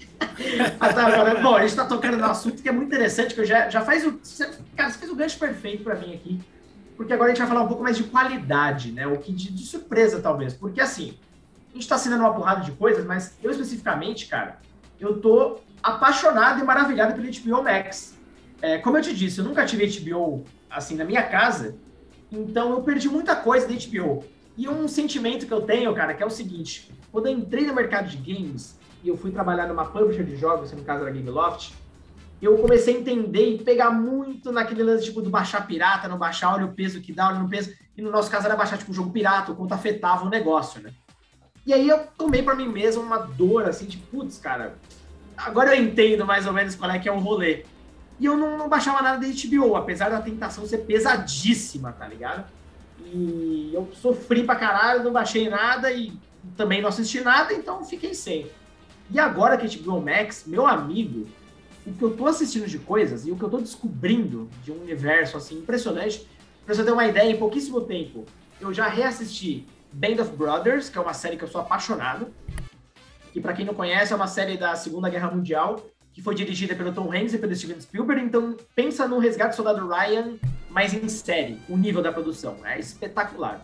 Bom, a gente tá tocando num assunto que é muito interessante, que eu já, já faz o... Cara, você fez o gancho perfeito pra mim aqui. Porque agora a gente vai falar um pouco mais de qualidade, né? O que de, de surpresa, talvez. Porque, assim, a gente tá assinando uma porrada de coisas, mas eu, especificamente, cara, eu tô apaixonado e maravilhado pelo H B O Max. É, como eu te disse, eu nunca tive H B O, assim, na minha casa, então eu perdi muita coisa da H B O. E um sentimento que eu tenho, cara, que é o seguinte, quando eu entrei no mercado de games, e eu fui trabalhar numa publisher de jogos, no caso era Gameloft, eu comecei a entender e pegar muito naquele lance, tipo, do baixar pirata, não baixar, olha o peso que dá, olha o peso. E no nosso caso era baixar, tipo, um jogo pirata, o quanto afetava o negócio, né? E aí eu tomei pra mim mesmo uma dor, assim, de, putz, cara, agora eu entendo mais ou menos qual é que é o rolê. E eu não, não baixava nada da H B O, apesar da tentação ser pesadíssima, tá ligado? E eu sofri pra caralho, não baixei nada e também não assisti nada, então fiquei sem. E agora que a H B O Max, meu amigo... O que eu tô assistindo de coisas e o que eu tô descobrindo de um universo, assim, impressionante, pra você ter uma ideia, em pouquíssimo tempo, eu já reassisti Band of Brothers, que é uma série que eu sou apaixonado, que pra quem não conhece é uma série da Segunda Guerra Mundial, que foi dirigida pelo Tom Hanks e pelo Steven Spielberg, então pensa no Resgate do Soldado Ryan, mas em série, o nível da produção, é espetacular.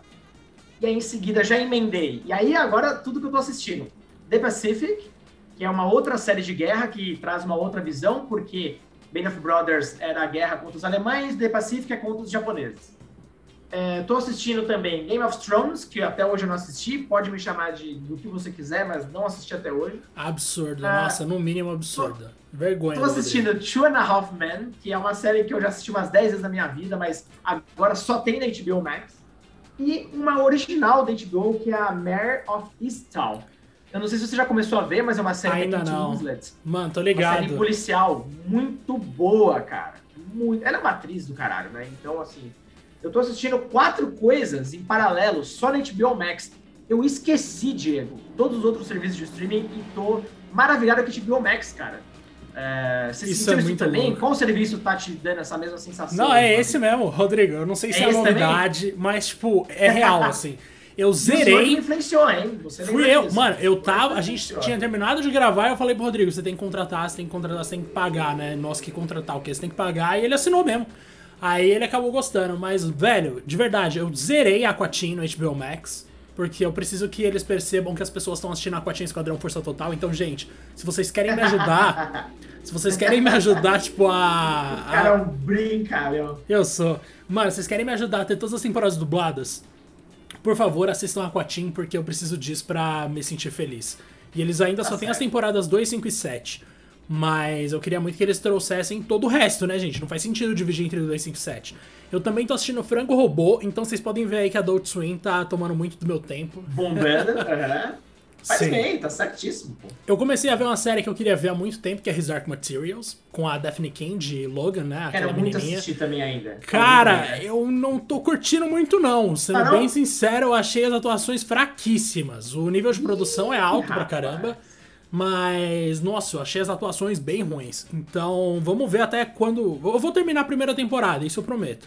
E aí em seguida já emendei, e aí agora tudo que eu tô assistindo, The Pacific, que é uma outra série de guerra que traz uma outra visão, porque Band of Brothers era a guerra contra os alemães, The Pacific é contra os japoneses. É, tô assistindo também Game of Thrones, que até hoje eu não assisti, pode me chamar de do que você quiser, mas não assisti até hoje. Absurdo, ah, nossa, no mínimo absurdo. Tô, Vergonha. Tô assistindo Two and a Half Men, que é uma série que eu já assisti umas dez vezes na minha vida, mas agora só tem na H B O Max. E uma original da H B O, que é a Mare of Easttown. Eu não sei se você já começou a ver, mas é uma série Ainda da não. Winslet. Mano, tô ligado. Uma série policial muito boa, cara. Muito... Ela é uma atriz do caralho, né? Então, assim, eu tô assistindo quatro coisas em paralelo só na H B O Max. Eu esqueci, Diego, todos os outros serviços de streaming e tô maravilhado com a H B O Max, cara. É, você isso sentiu é isso muito também? louco. Qual serviço tá te dando essa mesma sensação? Não, é esse mesmo, Rodrigo. Eu não sei se é, é novidade, também? Mas, tipo, é real, assim. Eu zerei. Você me influenciou, hein? Você fui eu. Disso. Mano, eu tava. A gente tinha terminado de gravar e eu falei pro Rodrigo: você tem que contratar, você tem que contratar, você tem que pagar, né? Nós que contratar o quê? Você tem que pagar. E ele assinou mesmo. Aí ele acabou gostando. Mas, velho, de verdade, eu zerei a Aquatin no H B O Max. Porque eu preciso que eles percebam que as pessoas estão assistindo Aquatin Esquadrão Força Total. Então, gente, se vocês querem me ajudar. se vocês querem me ajudar, tipo, a. O cara é um brincalhão. Eu sou. Mano, vocês querem me ajudar a ter todas as temporadas dubladas? Por favor, assistam Aquatin, porque eu preciso disso pra me sentir feliz. E eles ainda tá só certo. Têm as temporadas dois, cinco e sete. Mas eu queria muito que eles trouxessem todo o resto, né, gente? Não faz sentido dividir entre dois, cinco e sete. Eu também tô assistindo Frango Robô, então vocês podem ver aí que a Adult Swim tá tomando muito do meu tempo. Bombando, aham. Faz Sim. bem, tá certíssimo, pô. Eu comecei a ver uma série que eu queria ver há muito tempo, que é His Dark Materials, com a Daphne King de Logan, né? Quero aquela muito menininha. assistir também ainda. Cara, eu não tô curtindo muito não. Sendo ah, não? bem sincero, eu achei as atuações fraquíssimas. O nível de produção é alto Ih, pra caramba. Mas, nossa, eu achei as atuações bem ruins. Então, vamos ver até quando... Eu vou terminar a primeira temporada, isso eu prometo.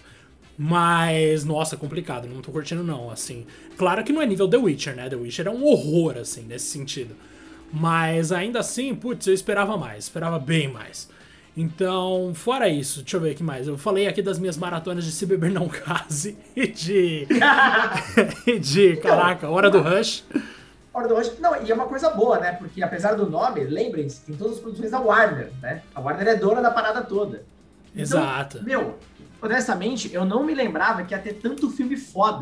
Mas, nossa, complicado, não tô curtindo não, assim. Claro que não é nível The Witcher, né? The Witcher é um horror, assim, nesse sentido. Mas, ainda assim, putz, eu esperava mais, esperava bem mais. Então, fora isso, deixa eu ver o que mais. Eu falei aqui das minhas maratonas de Se Beber Não Case e de... e de, caraca, Hora do Rush. Hora do Rush, não, e é uma coisa boa, né? Porque apesar do nome, lembrem-se, tem todas as produções da Warner, né? A Warner é dona da parada toda. Então, exato. Meu... Honestamente, eu não me lembrava que ia ter tanto filme foda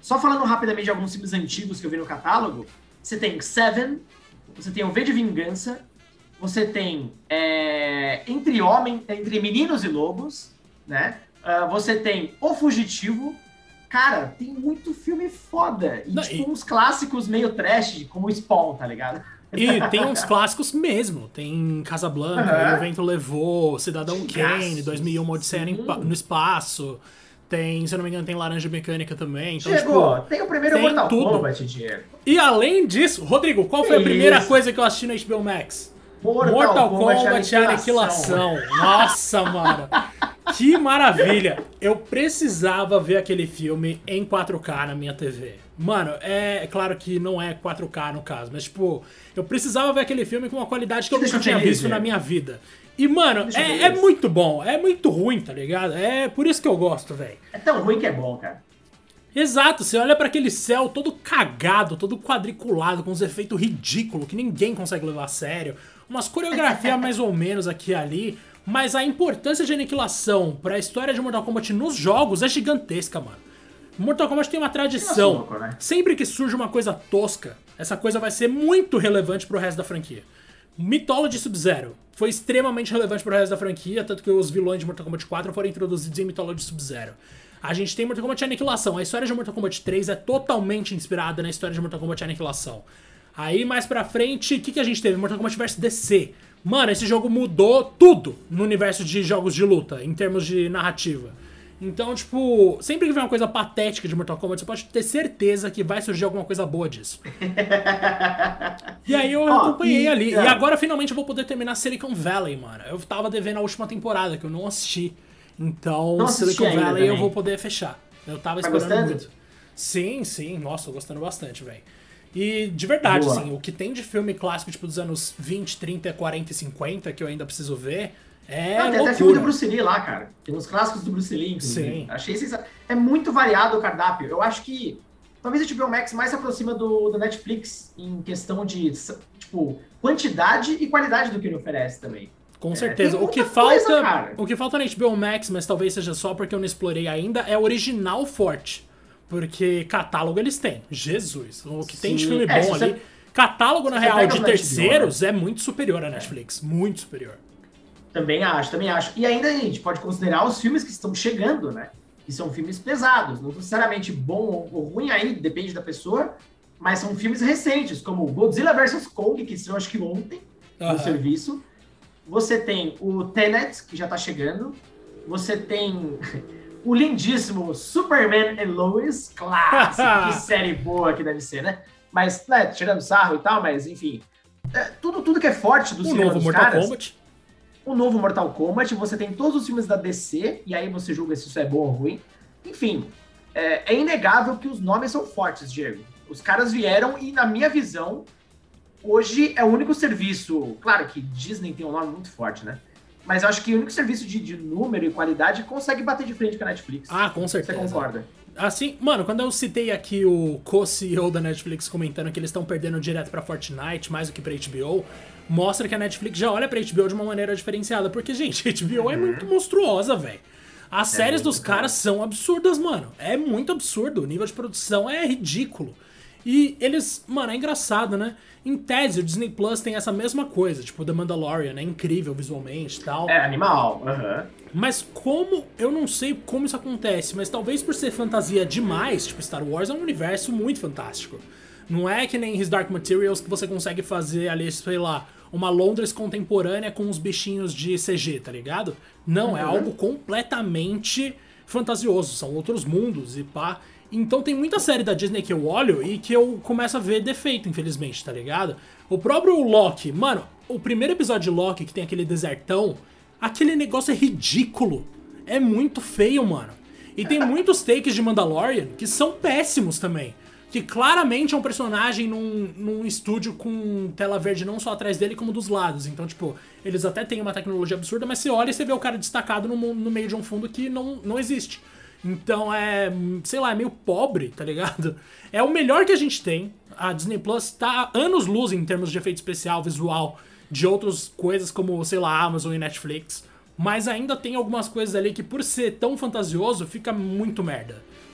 Só falando rapidamente de alguns filmes antigos que eu vi no catálogo, você tem Seven, você tem O V de Vingança, você tem é, Entre Homem, Entre Meninos e Lobos, né? Uh, você tem O Fugitivo. Cara, tem muito filme foda. E, Não, tipo, e... uns clássicos meio trash, como o Spawn, tá ligado? E tem uns clássicos mesmo. Tem Casablanca, uhum. O Vento Levou, Cidadão Kane, dois mil e um, Odisseia no Espaço. Tem, se eu não me engano, tem Laranja Mecânica também. Então, Chegou. Tipo, tem o primeiro tem Mortal tudo. Kombat, Diego. E além disso, Rodrigo, qual foi que a primeira isso? coisa que eu assisti no H B O Max? Mortal, Mortal Kombat, Kombat Aniquilação. Aniquilação. Nossa, mano. Que maravilha. Eu precisava ver aquele filme em quatro K na minha T V. Mano, é, é claro que não é quatro K no caso, mas tipo, eu precisava ver aquele filme com uma qualidade que eu nunca tinha visto na minha vida. E, mano, é, é muito bom, é muito ruim, tá ligado? É por isso que eu gosto, velho. É tão ruim que é bom, cara. Exato, você olha pra aquele céu todo cagado, todo quadriculado, com uns efeitos ridículos que ninguém consegue levar a sério. Umas coreografias mais ou menos aqui e ali. Mas a importância de Aniquilação pra história de Mortal Kombat nos jogos é gigantesca, mano. Mortal Kombat tem uma tradição. Louco, né? Sempre que surge uma coisa tosca, essa coisa vai ser muito relevante pro resto da franquia. Mythology Sub-Zero foi extremamente relevante pro resto da franquia, tanto que os vilões de Mortal Kombat quatro foram introduzidos em Mythology Sub-Zero. A gente tem Mortal Kombat Aniquilação. A história de Mortal Kombat três é totalmente inspirada na história de Mortal Kombat Aniquilação. Aí, mais pra frente, o que, que a gente teve? Mortal Kombat versus. D C. Mano, esse jogo mudou tudo no universo de jogos de luta, em termos de narrativa. Então, tipo, sempre que vem uma coisa patética de Mortal Kombat, você pode ter certeza que vai surgir alguma coisa boa disso. E aí eu oh, acompanhei e, ali. É. E agora, finalmente, eu vou poder terminar Silicon Valley, mano. Eu tava devendo a última temporada, que eu não assisti. Então, não Silicon Valley eu vou poder fechar. Eu tava tá esperando gostando? muito. Sim, sim. Nossa, tô gostando bastante, velho. E, de verdade, Boa. assim, o que tem de filme clássico, tipo, dos anos vinte, trinta, quarenta e cinquenta, que eu ainda preciso ver, é ah, tem loucura. Até filme do Bruce Lee lá, cara. Tem uns clássicos do Bruce Lee, inclusive. Sim. Achei sensacional. É muito variado o cardápio. Eu acho que talvez o H B O Max mais se aproxima do, do Netflix em questão de, tipo, quantidade e qualidade do que ele oferece também. Com certeza. É, o, que falta, coisa, o que falta no H B O Max, mas talvez seja só porque eu não explorei ainda, é o original forte. Porque catálogo eles têm. Jesus. O que Sim. tem de filme é, bom ali. Você... Catálogo, na real, de terceiros H B O, né? É muito superior à Netflix. É. Muito superior. Também acho, também acho. E ainda a gente pode considerar os filmes que estão chegando, né? Que são filmes pesados. Não necessariamente bom ou ruim, aí depende da pessoa. Mas são filmes recentes, como Godzilla versus. Kong, que estreou acho que ontem uh-huh. no serviço. Você tem o Tenet, que já tá chegando. Você tem o lindíssimo Superman and Lois, clássico. Que série boa que deve ser, né? Mas, né, tirando sarro e tal, mas enfim. É, tudo, tudo que é forte do o cinema novo dos Mortal caras... Kombat. O novo Mortal Kombat, você tem todos os filmes da D C, e aí você julga se isso é bom ou ruim. Enfim, é, é inegável que os nomes são fortes, Diego. Os caras vieram e, na minha visão, hoje é o único serviço... Claro que Disney tem um nome muito forte, né? Mas eu acho que o único serviço de, de número e qualidade consegue bater de frente com a Netflix. Ah, com certeza. Você concorda? Assim, mano, quando eu citei aqui o co-C E O da Netflix comentando que eles estão perdendo direto pra Fortnite, mais do que pra H B O, mostra que a Netflix já olha pra H B O de uma maneira diferenciada. Porque, gente, a H B O uhum. é muito monstruosa, velho. As é séries dos caras são absurdas, mano. É muito absurdo. O nível de produção é ridículo. E eles, mano, é engraçado, né? Em tese, o Disney Plus tem essa mesma coisa. Tipo, The Mandalorian, é incrível visualmente e tal. É, animal. Uhum. Mas como, eu não sei como isso acontece, mas talvez por ser fantasia demais, tipo, Star Wars é um universo muito fantástico. Não é que nem His Dark Materials que você consegue fazer ali, sei lá, uma Londres contemporânea com uns bichinhos de C G, tá ligado? Não, uhum. é algo completamente fantasioso, são outros mundos e pá. Então tem muita série da Disney que eu olho e que eu começo a ver defeito, infelizmente, tá ligado? O próprio Loki, mano, o primeiro episódio de Loki, que tem aquele desertão, aquele negócio é ridículo. É muito feio, mano. E tem muitos takes de Mandalorian que são péssimos também. Que claramente é um personagem num, num estúdio com tela verde não só atrás dele, como dos lados. Então, tipo, eles até têm uma tecnologia absurda, mas você olha e você vê o cara destacado no, no meio de um fundo que não, não existe. Então é, sei lá, é meio pobre, tá ligado? É o melhor que a gente tem. A Disney Plus tá anos-luz em termos de efeito especial, visual, de outras coisas como, sei lá, Amazon e Netflix. Mas ainda tem algumas coisas ali que, por ser tão fantasioso, fica muito merda.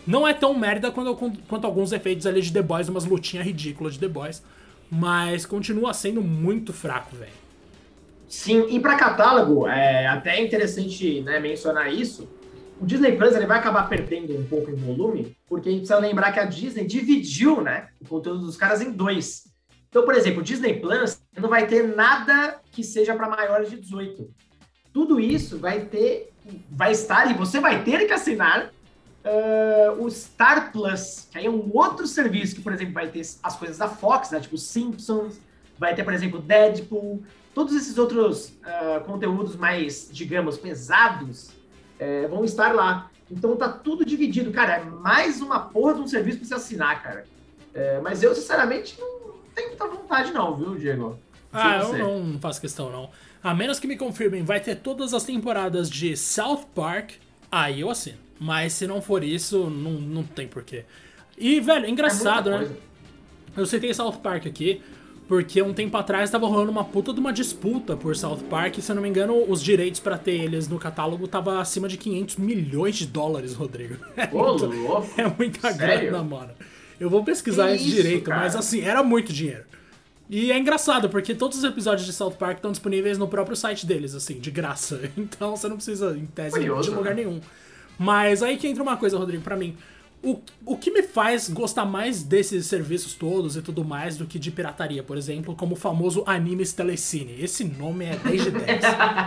Não é tão merda quanto, quanto alguns efeitos ali de The Boys, umas lutinhas ridículas de The Boys. Mas continua sendo muito fraco, velho. Sim, e para catálogo, é até interessante, né, mencionar isso. O Disney Plus ele vai acabar perdendo um pouco em volume, porque a gente precisa lembrar que a Disney dividiu, né, o conteúdo dos caras em dois. Então, por exemplo, o Disney Plus não vai ter nada que seja para maiores de dezoito. Tudo isso vai ter, vai estar, e você vai ter que assinar uh, o Star Plus, que aí é um outro serviço que, por exemplo, vai ter as coisas da Fox, né, tipo Simpsons, vai ter, por exemplo, Deadpool, todos esses outros uh, conteúdos mais, digamos, pesados, uh, vão estar lá. Então tá tudo dividido. Cara, é mais uma porra de um serviço pra você assinar, cara. Uh, mas eu, sinceramente, não tenho muita vontade não, viu, Diego? Ah, eu não faço questão, não. A menos que me confirmem, vai ter todas as temporadas de South Park, aí eu assino. Mas se não for isso, não, não tem porquê. E, velho, é engraçado, é né? Eu citei South Park aqui, porque um tempo atrás tava rolando uma puta de uma disputa por South Park, e se eu não me engano, os direitos pra ter eles no catálogo tava acima de quinhentos milhões de dólares, Rodrigo. É, Ô, muito, louco. é muita Sério? grana, mano. Eu vou pesquisar isso, direito, cara? Mas assim, era muito dinheiro. E é engraçado, porque todos os episódios de South Park estão disponíveis no próprio site deles, assim, de graça. Então você não precisa, em tese, Curioso, de lugar né? nenhum. Mas aí que entra uma coisa, Rodrigo, pra mim. O, o que me faz gostar mais desses serviços todos e tudo mais do que de pirataria, por exemplo, como o famoso Animes Telecine. Esse nome é dez de dez.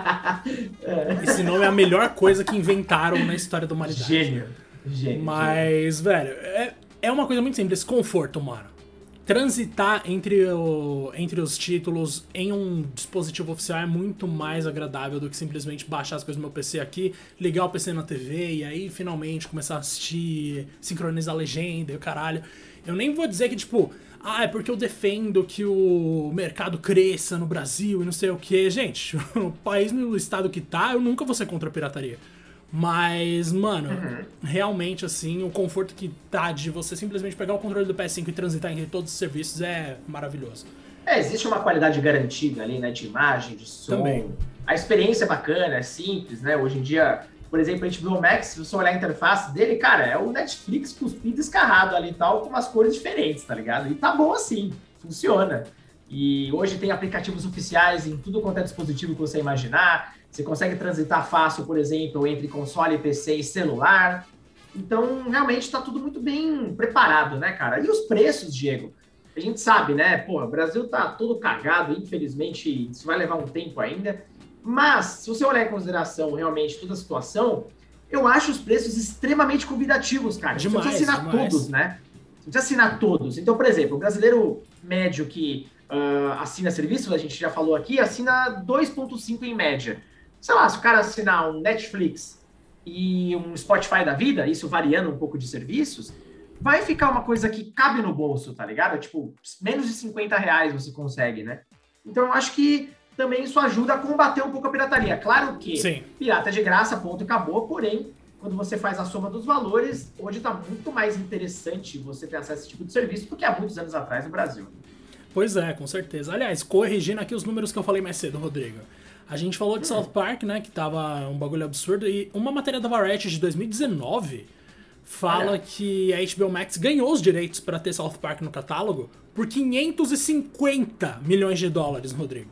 Esse nome é a melhor coisa que inventaram na história da humanidade. Gênio. Gênio. Mas, gênio. velho, é, é uma coisa muito simples. Conforto, mano. Transitar entre, o, entre os títulos em um dispositivo oficial é muito mais agradável do que simplesmente baixar as coisas no meu P C aqui, ligar o P C na T V e aí finalmente começar a assistir, sincronizar a legenda e o caralho. Eu nem vou dizer que, tipo, ah, é porque eu defendo que o mercado cresça no Brasil e não sei o que. Gente, o país no estado que tá, eu nunca vou ser contra a pirataria. Mas, mano, uhum. realmente, assim, o conforto que dá de você simplesmente pegar o controle do P S cinco e transitar entre todos os serviços é maravilhoso. É, existe uma qualidade garantida ali, né, de imagem, de som. Também. A experiência é bacana, é simples, né? Hoje em dia, por exemplo, a H B O Max, se você olhar a interface dele, cara, é o Netflix cuspido escarrado ali e tal, com umas cores diferentes, tá ligado? E tá bom assim, funciona. E hoje tem aplicativos oficiais em tudo quanto é dispositivo que você imaginar. Você consegue transitar fácil, por exemplo, entre console, P C e celular. Então, realmente está tudo muito bem preparado, né, cara? E os preços, Diego? A gente sabe, né? Pô, o Brasil tá todo cagado, infelizmente, isso vai levar um tempo ainda. Mas, se você olhar em consideração realmente toda a situação, eu acho os preços extremamente convidativos, cara. Demais, você precisa assinar demais. todos, né? Você precisa assinar todos. Então, por exemplo, o brasileiro médio que uh, assina serviços, a gente já falou aqui, assina dois vírgula cinco em média. Sei lá, se o cara assinar um Netflix e um Spotify da vida, isso variando um pouco de serviços, vai ficar uma coisa que cabe no bolso, tá ligado? Tipo, menos de cinquenta reais você consegue, né? Então eu acho que também isso ajuda a combater um pouco a pirataria. Claro que Sim. pirata é de graça, ponto, acabou, porém, quando você faz a soma dos valores, hoje tá muito mais interessante você ter acesso a esse tipo de serviço do que há muitos anos atrás no Brasil. Pois é, com certeza. Aliás, corrigindo aqui os números que eu falei mais cedo, Rodrigo. A gente falou de South Park, né, que tava um bagulho absurdo, e uma matéria da Variety de dois mil e dezenove fala Olha. que a H B O Max ganhou os direitos pra ter South Park no catálogo por quinhentos e cinquenta milhões de dólares, Rodrigo.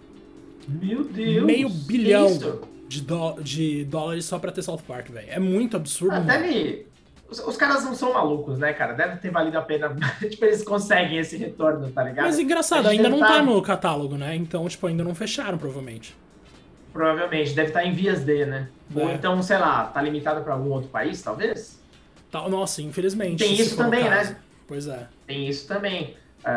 Meu Deus! Meio bilhão isso? de, do, de dólares só pra ter South Park, velho. É muito absurdo, Ah, mano. deve... Os, os caras não são malucos, né, cara? Deve ter valido a pena. Tipo, eles conseguem esse retorno, tá ligado? Mas engraçado, A gente ainda não deve tá no catálogo, né? Então, tipo, ainda não fecharam, provavelmente. Provavelmente, deve estar em vias de, né? É. Ou então, sei lá, tá limitado pra algum outro país, talvez? Tá, nossa, infelizmente. Tem se isso for o também, caso. né? Pois é. Tem isso também.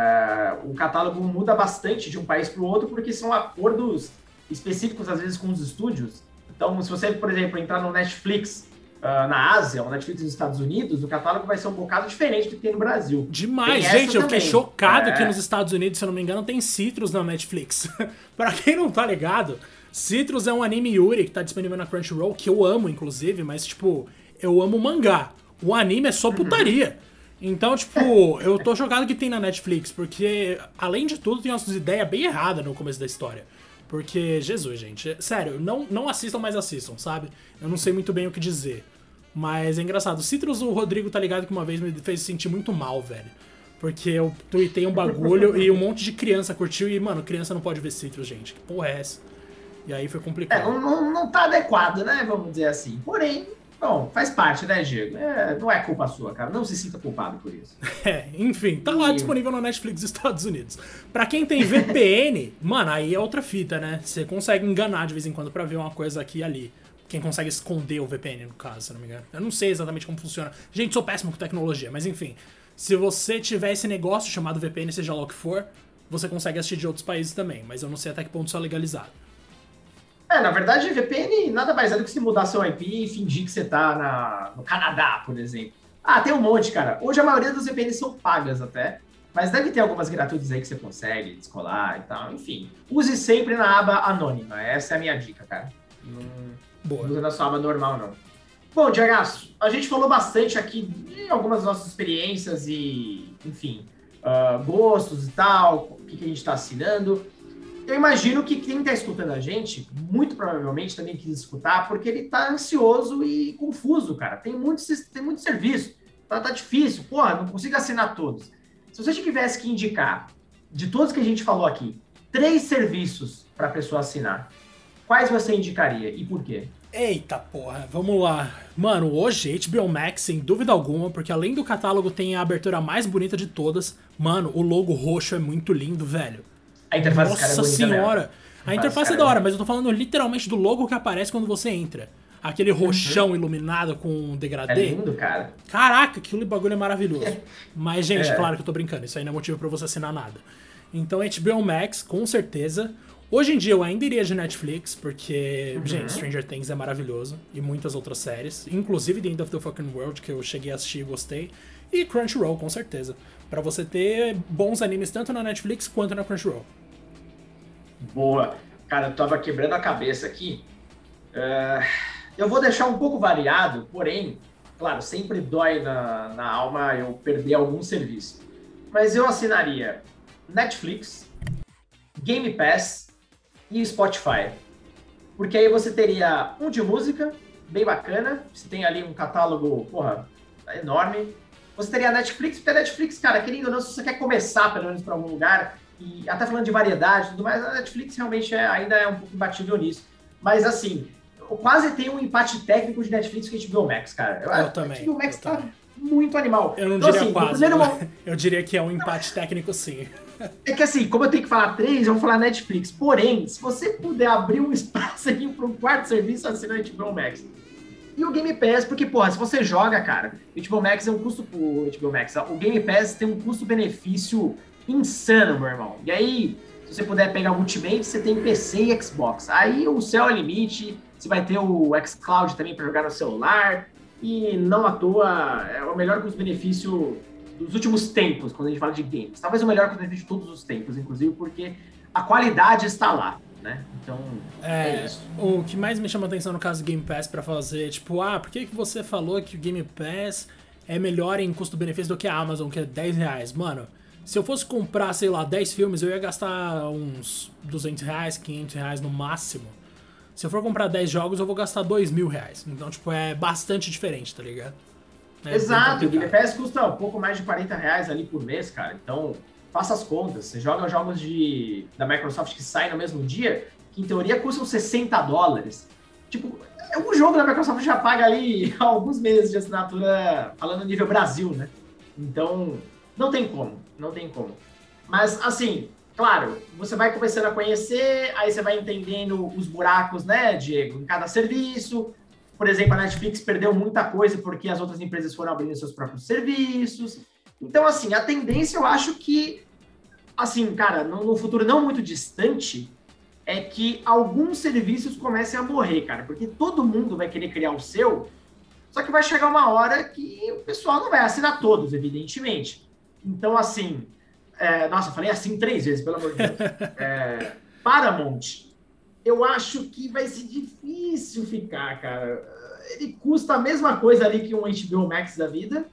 Uh, o catálogo muda bastante de um país pro outro porque são acordos específicos, às vezes, com os estúdios. Então, se você, por exemplo, entrar no Netflix uh, na Ásia, ou Netflix nos Estados Unidos, o catálogo vai ser um bocado diferente do que tem no Brasil. Demais, Tem gente, essa eu fiquei também. chocado É. que nos Estados Unidos, se eu não me engano, tem Citrus na Netflix. Pra quem não tá ligado, Citrus é um anime Yuri que tá disponível na Crunchyroll, que eu amo, inclusive, mas, tipo, eu amo mangá. O anime é só putaria. Então, tipo, eu tô chocado que tem na Netflix, porque, além de tudo, tem umas ideias bem erradas no começo da história. Porque, Jesus, gente, sério, não, não assistam, mas assistam, sabe? Eu não sei muito bem o que dizer. Mas é engraçado. O Citrus, o Rodrigo tá ligado que uma vez me fez sentir muito mal, velho. Porque eu tuitei um bagulho e um monte de criança curtiu e, mano, criança não pode ver Citrus, gente. Que porra é essa? E aí foi complicado. É, não, não, não tá adequado, né? Vamos dizer assim. Porém, bom, faz parte, né, Diego? É, não é culpa sua, cara. Não se sinta culpado por isso. É, enfim, tá lá disponível na Netflix dos Estados Unidos. Pra quem tem V P N, mano, aí é outra fita, né? Você consegue enganar de vez em quando pra ver uma coisa aqui e ali. Quem consegue esconder o V P N, no caso, se não me engano. Eu não sei exatamente como funciona. Gente, sou péssimo com tecnologia, mas enfim. Se você tiver esse negócio chamado V P N, seja lá o que for, você consegue assistir de outros países também. Mas eu não sei até que ponto isso é legalizado. É, na verdade, V P N nada mais é do que você mudar seu I P e fingir que você tá na, no Canadá, por exemplo. Ah, tem um monte, cara. Hoje a maioria dos V P Ns são pagas até, mas deve ter algumas gratuitas aí que você consegue descolar e tal. Enfim, use sempre na aba anônima. Essa é a minha dica, cara. Não, Boa. não usa na sua aba normal, não. Bom, Diego, a gente falou bastante aqui de algumas das nossas experiências e, enfim, uh, gostos e tal, o que, que a gente está assinando. Eu imagino que quem está escutando a gente, muito provavelmente também quis escutar, porque ele está ansioso e confuso, cara. Tem muito, tem muito serviço, tá, tá difícil, porra, não consigo assinar todos. Se você tivesse que indicar, de todos que a gente falou aqui, três serviços para a pessoa assinar, quais você indicaria e por quê? Eita porra, vamos lá. Mano, hoje H B O Max, sem dúvida alguma, porque além do catálogo tem a abertura mais bonita de todas. Mano, o logo roxo é muito lindo, velho. A interface Nossa cara é bonita senhora. mesmo. A interface é da hora, mas eu tô falando literalmente do logo que aparece quando você entra. Aquele roxão uhum. iluminado com degradê. É lindo, cara. Caraca, aquele bagulho é maravilhoso. Mas, gente, é. claro que eu tô brincando. Isso aí não é motivo pra você assinar nada. Então, H B O Max, com certeza. Hoje em dia eu ainda iria de Netflix, porque, uhum. gente, Stranger Things é maravilhoso. E muitas outras séries. Inclusive The End of the Fucking World, que eu cheguei a assistir e gostei. E Crunchyroll, com certeza. Pra você ter bons animes tanto na Netflix quanto na Crunchyroll. Boa. Cara, eu tava quebrando a cabeça aqui. Uh, eu vou deixar um pouco variado, porém, claro, sempre dói na, na alma eu perder algum serviço. Mas eu assinaria Netflix, Game Pass e Spotify. Porque aí você teria um de música, bem bacana. Você tem ali um catálogo, porra, enorme. Você teria a Netflix, porque a Netflix, cara, querendo ou não, se você quer começar, pelo menos, pra algum lugar, e até falando de variedade e tudo mais, a Netflix realmente é, ainda é um pouco imbatível nisso. Mas, assim, eu quase tenho um empate técnico de Netflix com H B O Max, cara. Eu, eu também. H B O Max eu tá também. muito animal. Eu não então, diria assim, quase, primeiro... né? Eu diria que é um empate técnico, sim. É que, assim, como eu tenho que falar três, eu vou falar Netflix. Porém, se você puder abrir um espaço aqui para um quarto serviço, assina o H B O Max. E o Game Pass, porque, porra, se você joga, cara, o H B O Max é um custo... O H B O Max, o Game Pass tem um custo-benefício insano, meu irmão. E aí, se você puder pegar o Ultimate, você tem P C e Xbox. Aí o céu é limite, você vai ter o xCloud também para jogar no celular. E não à toa, é o melhor custo-benefício dos últimos tempos, quando a gente fala de games. Talvez o melhor custo-benefício de todos os tempos, inclusive, porque a qualidade está lá, né? Então, é, é isso. O que mais me chama a atenção no caso do Game Pass pra fazer, tipo, ah, por que, que você falou que o Game Pass é melhor em custo-benefício do que a Amazon, que é dez reais? Mano, se eu fosse comprar, sei lá, dez filmes, eu ia gastar uns duzentos reais, quinhentos reais no máximo. Se eu for comprar dez jogos, eu vou gastar dois mil reais. Então, tipo, é bastante diferente, tá ligado? É Exato, o Game Pass custa um pouco mais de quarenta reais ali por mês, cara. Então, faça as contas. Você joga jogos de, da Microsoft que saem no mesmo dia, que em teoria custam sessenta dólares. Tipo, um jogo da Microsoft já paga ali alguns meses de assinatura, falando nível Brasil, né? Então, não tem como, não tem como. Mas, assim, claro, você vai começando a conhecer, aí você vai entendendo os buracos, né, Diego, em cada serviço. Por exemplo, a Netflix perdeu muita coisa porque as outras empresas foram abrindo seus próprios serviços. Então, assim, a tendência eu acho que, assim, cara, no, no futuro não muito distante, é que alguns serviços comecem a morrer, cara, porque todo mundo vai querer criar o seu, só que vai chegar uma hora que o pessoal não vai assinar todos, evidentemente. Então, assim, é, nossa, eu falei assim três vezes, pelo amor de Deus. É, Paramount, eu acho que vai ser difícil ficar, cara. Ele custa a mesma coisa ali que um H B O Max da vida,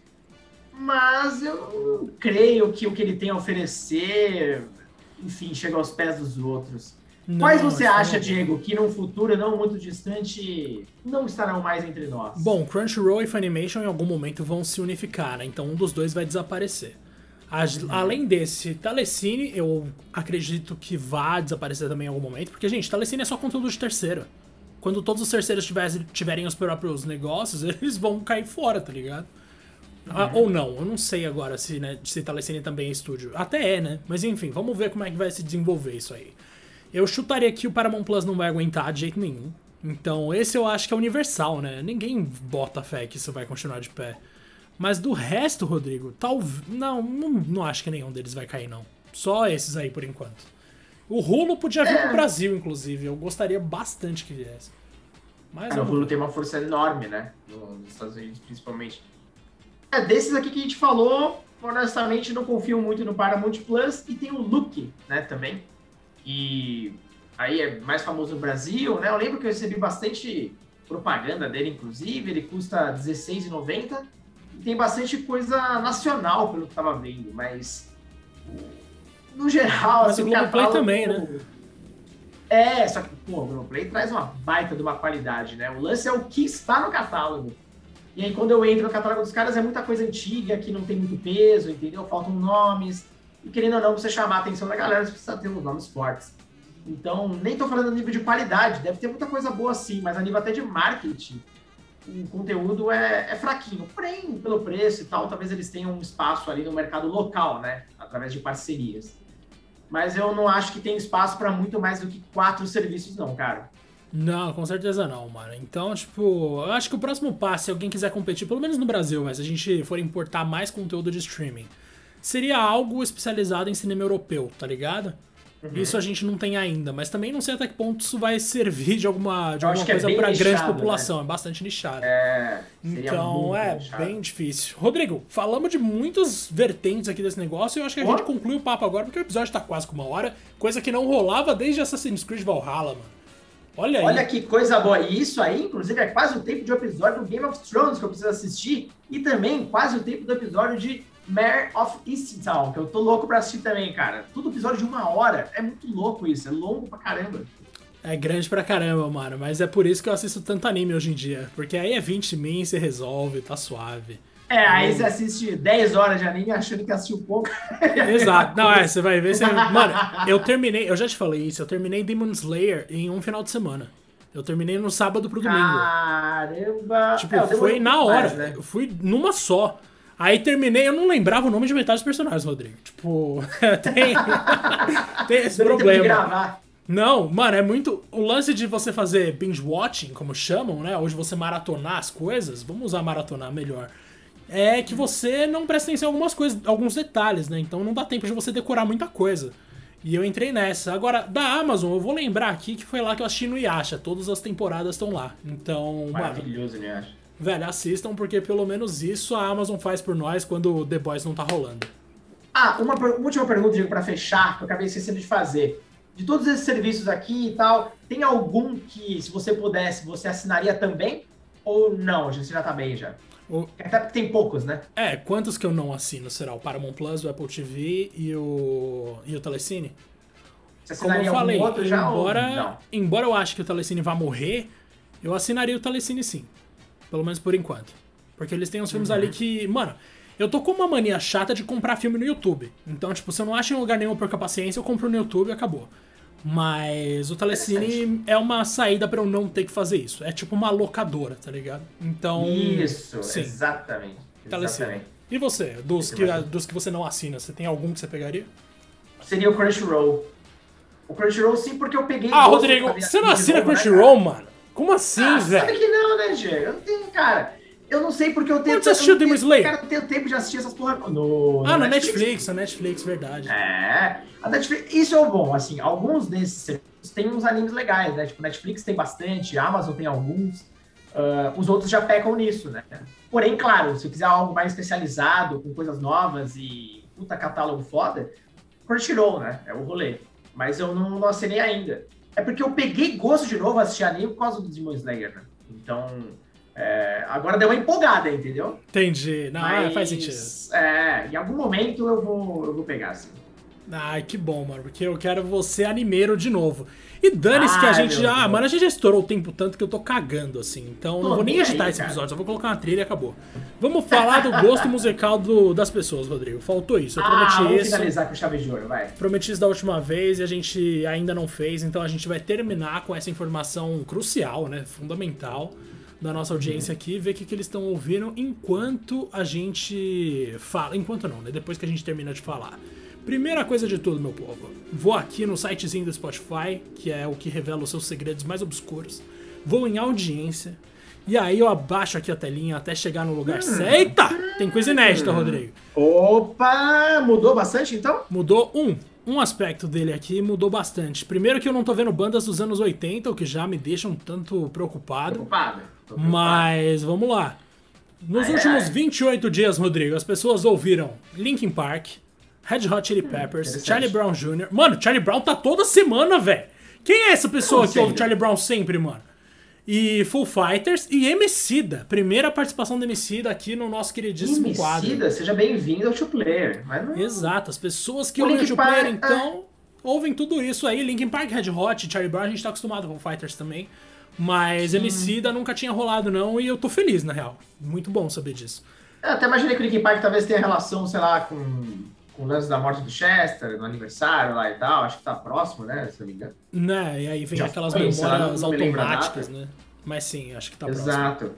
mas eu não creio que o que ele tem a oferecer, enfim, chega aos pés dos outros. Não, Quais você acha, não. Diego, que num futuro não muito distante não estarão mais entre nós? Bom, Crunchyroll e Funimation em algum momento vão se unificar, né? Então um dos dois vai desaparecer. As, hum. Além desse, Telecine, eu acredito que vai desaparecer também em algum momento, porque, gente, Telecine é só conteúdo de terceiro. Quando todos os terceiros tivessem, tiverem os próprios negócios, eles vão cair fora, tá ligado? Uhum. Ah, ou não, eu não sei agora se, né, se Telecine também é estúdio. Até é, né? Mas enfim, vamos ver como é que vai se desenvolver isso aí. Eu chutaria que o Paramount Plus não vai aguentar de jeito nenhum. Então esse eu acho que é universal, né? Ninguém bota fé que isso vai continuar de pé. Mas do resto, Rodrigo, talvez... Não, não, não acho que nenhum deles vai cair, não. Só esses aí, por enquanto. O Hulu podia vir é. pro Brasil, inclusive. Eu gostaria bastante que viesse. Mas é, o Hulu tem uma força enorme, né? Nos Estados Unidos, principalmente. É, desses aqui que a gente falou, honestamente, não confio muito no Paramount Plus. E tem o Look, né, também. E aí é mais famoso no Brasil, né? Eu lembro que eu recebi bastante propaganda dele, inclusive. Ele custa dezesseis reais e noventa centavos. E tem bastante coisa nacional, pelo que eu tava vendo. Mas, no geral... Mas assim, o Globoplay catálogo... também, né? É, só que pô, o Globoplay traz uma baita de uma qualidade, né? O lance é o que está no catálogo. E aí, quando eu entro no catálogo dos caras, é muita coisa antiga, que não tem muito peso, entendeu? Faltam nomes... E querendo ou não, pra você chamar a atenção da galera, você precisa ter uns nomes fortes. Então, nem tô falando a nível de qualidade, deve ter muita coisa boa sim, mas a nível até de marketing, o conteúdo é, é fraquinho. Porém, pelo preço e tal, talvez eles tenham um espaço ali no mercado local, né? Através de parcerias. Mas eu não acho que tem espaço para muito mais do que quatro serviços, não, cara. Não, com certeza não, mano. Então, tipo, eu acho que o próximo passo, se alguém quiser competir, pelo menos no Brasil, mas se a gente for importar mais conteúdo de streaming, seria algo especializado em cinema europeu, tá ligado? Uhum. Isso a gente não tem ainda, mas também não sei até que ponto isso vai servir de alguma, de alguma coisa é pra nichado, grande população, né? É bastante nichado. É, então é nichado. Bem difícil. Rodrigo, falamos de muitas vertentes aqui desse negócio e eu acho que a oh. gente conclui o papo agora, porque o episódio tá quase com uma hora, coisa que não rolava desde Assassin's Creed Valhalla, mano. Olha aí. Olha que coisa boa. E isso aí, inclusive, é quase o tempo de um episódio do Game of Thrones que eu preciso assistir e também quase o tempo do episódio de Mare of Easttown, que eu tô louco pra assistir também, cara. Tudo episódio de uma hora. É muito louco isso. É longo pra caramba. É grande pra caramba, mano. Mas é por isso que eu assisto tanto anime hoje em dia. Porque aí é vinte min, você resolve, tá suave. É, aí você assiste dez horas de anime achando que assistiu pouco. Exato. Não, é, você vai ver. Você... Mano, eu terminei... Eu já te falei isso. Eu terminei Demon Slayer em um final de semana. Eu terminei no sábado pro domingo. Caramba! Tipo, é, foi na hora. Mais, né? Eu fui numa só. Aí terminei, eu não lembrava o nome de metade dos personagens, Rodrigo. Tipo, tem, tem esse Deve problema. De gravar. Não, mano, é muito... O lance de você fazer binge-watching, como chamam, né? Hoje você maratonar as coisas, vamos usar maratonar melhor, é que você não presta atenção em algumas coisas, alguns detalhes, né? Então não dá tempo de você decorar muita coisa. E eu entrei nessa. Agora, da Amazon, eu vou lembrar aqui que foi lá que eu assisti no Yasha. Todas as temporadas estão lá. Então, maravilhoso, mano, Yasha. Velho, assistam, porque pelo menos isso a Amazon faz por nós quando o The Boys não tá rolando. Ah, uma, uma última pergunta, Diego, pra fechar, que eu acabei esquecendo de fazer. De todos esses serviços aqui e tal, tem algum que, se você pudesse, você assinaria também? Ou não? Você já tá bem, já? O... Até porque tem poucos, né? É, quantos que eu não assino? Será o Paramount Plus, o Apple T V e o, e o Telecine? Você assinaria Como eu falei, algum outro já embora, ou não? Embora eu ache que o Telecine vá morrer, eu assinaria o Telecine sim. Pelo menos por enquanto. Porque eles têm uns filmes uhum. ali que... Mano, eu tô com uma mania chata de comprar filme no YouTube. Então, tipo, se eu não acho em lugar nenhum perca a paciência, eu compro no YouTube e acabou. Mas o Telecine é uma saída pra eu não ter que fazer isso. É tipo uma locadora, tá ligado? Então... Isso, sim. exatamente. Telecine. Exatamente. E você? Dos que, dos que você não assina, você tem algum que você pegaria? Seria o Crunchyroll. O Crunchyroll sim, porque eu peguei... Ah, Rodrigo, você não assina Crunchyroll, né, mano? Como assim, ah, velho? Sabe que não, né, Diego? Eu não tenho, cara. Eu não sei porque eu tenho... Onde você assistiu Demon Slayer? Cara, eu não tenho tempo de assistir essas porra... No, ah, no na Netflix. Netflix, na Netflix, verdade. É, a Netflix... Isso é o bom, assim, alguns desses serviços têm uns animes legais, né? Tipo, Netflix tem bastante, Amazon tem alguns, uh, os outros já pecam nisso, né? Porém, claro, se eu quiser algo mais especializado, com coisas novas e puta catálogo foda, Crunchyroll, né? É o rolê. Mas eu não, não assinei ainda. É porque eu peguei gosto de novo a assistir anime por causa do Demon Slayer, né? Então, é, agora deu uma empolgada, entendeu? Entendi. Não, Mas, faz sentido. É, em algum momento eu vou, eu vou pegar, assim. Ai, que bom, mano, porque eu quero você animeiro de novo. E dane-se que a Ai, gente meu já... Deus. Mano, a gente já estourou o tempo tanto que eu tô cagando, assim. Então não Tô vou nem nem editar aí, esse cara. episódio, só vou colocar uma trilha e acabou. Vamos falar do gosto musical do- das pessoas, Rodrigo. Faltou isso, eu Ah, prometi vamos isso. finalizar com chave de ouro, vai. Prometi isso da última vez e a gente ainda não fez, então a gente vai terminar com essa informação crucial, né, fundamental da nossa audiência aqui, ver o que, que eles estão ouvindo enquanto a gente fala, enquanto não, né, depois que a gente termina de falar. Primeira coisa de tudo, meu povo, vou aqui no sitezinho do Spotify, que é o que revela os seus segredos mais obscuros, vou em audiência, e aí eu abaixo aqui a telinha até chegar no lugar certo. Eita! Tem coisa inédita, Rodrigo. Opa! Mudou bastante, então? Mudou um. Um aspecto dele aqui mudou bastante. Primeiro que eu não tô vendo bandas dos anos oitenta, o que já me deixa um tanto preocupado. Preocupado? Tô preocupado. Mas vamos lá. Nos Ai, últimos ai. vinte e oito dias, Rodrigo, as pessoas ouviram Linkin Park, Red Hot Chili Peppers, interessante. Charlie Brown Júnior Mano, Charlie Brown tá toda semana, velho. Quem é essa pessoa Como que ouve sempre? Charlie Brown sempre, mano? E Foo Fighters e Emicida. Primeira participação do Emicida aqui no nosso queridíssimo quadro. Emicida, seja bem-vindo ao Two Player. Mas não... Exato, as pessoas que O ouvem o Linkin Two Player, Park, então, ouvem tudo isso aí. Linkin Park, Red Hot, Charlie Brown, a gente tá acostumado com o Fighters também. Mas Emicida nunca tinha rolado não, e eu tô feliz, na real. Muito bom saber disso. Eu até imaginei que o Linkin Park talvez tenha relação, sei lá, com, com o lance da morte do Chester, no aniversário lá e tal. Acho que tá próximo, né, se eu não me engano. Né, e aí vem Já aquelas foi, sei lá, memórias não me lembro a automáticas, data. né? Mas sim, acho que tá próximo. Exato.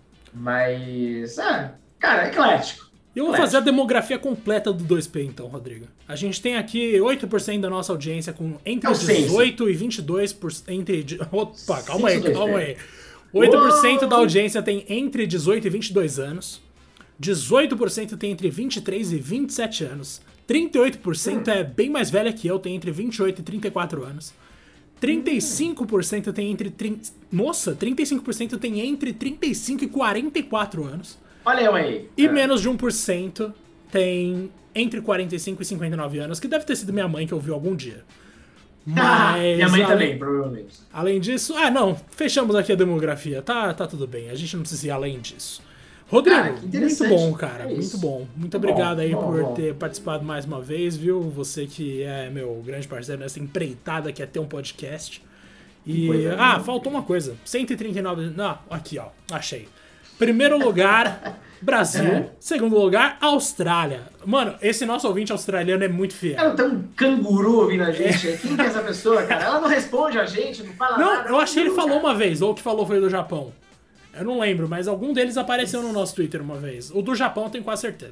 Mas, é, cara, é eclético. Eu vou fazer a demografia completa do dois P então, Rodrigo. A gente tem aqui oito por cento da nossa audiência com entre É o censo. dezoito e vinte e dois por cento. Entre... de- Opa, calma aí, Censo calma dois P. aí. oito por cento Uou! da audiência tem entre dezoito e vinte e dois anos. dezoito por cento tem entre vinte e três e vinte e sete anos. trinta e oito por cento é bem mais velha que eu, tem entre vinte e oito e trinta e quatro anos. trinta e cinco por cento tem entre... trinta... Nossa, trinta e cinco por cento tem entre trinta e cinco e quarenta e quatro anos. Olha eu aí. E É. menos de um por cento tem entre quarenta e cinco e cinquenta e nove anos, que deve ter sido minha mãe que ouviu algum dia. Ah, Mas, minha mãe além, também, provavelmente. além disso... Ah, não, fechamos aqui a demografia. Tá, tá tudo bem, a gente não precisa ir além disso. Rodrigo, Cara, que muito interessante. bom, cara, É muito isso. bom. Muito Bom, obrigado aí bom, por bom. ter participado mais uma vez, viu? Você que é meu grande parceiro nessa empreitada que é ter um podcast. E, coisa ah, linda. faltou uma coisa. cento e trinta e nove... Não, aqui, ó. Achei. Primeiro lugar, Brasil. É. Segundo lugar, Austrália. Mano, esse nosso ouvinte australiano é muito fiel. Ela tem um canguru ouvindo a gente. Quem que é essa pessoa, cara? Ela não responde a gente, não fala Não, nada. eu achei que ele Canguru, falou cara. uma vez, ou o que falou foi do Japão. Eu não lembro, mas algum deles apareceu no nosso Twitter uma vez. O do Japão eu tenho quase certeza.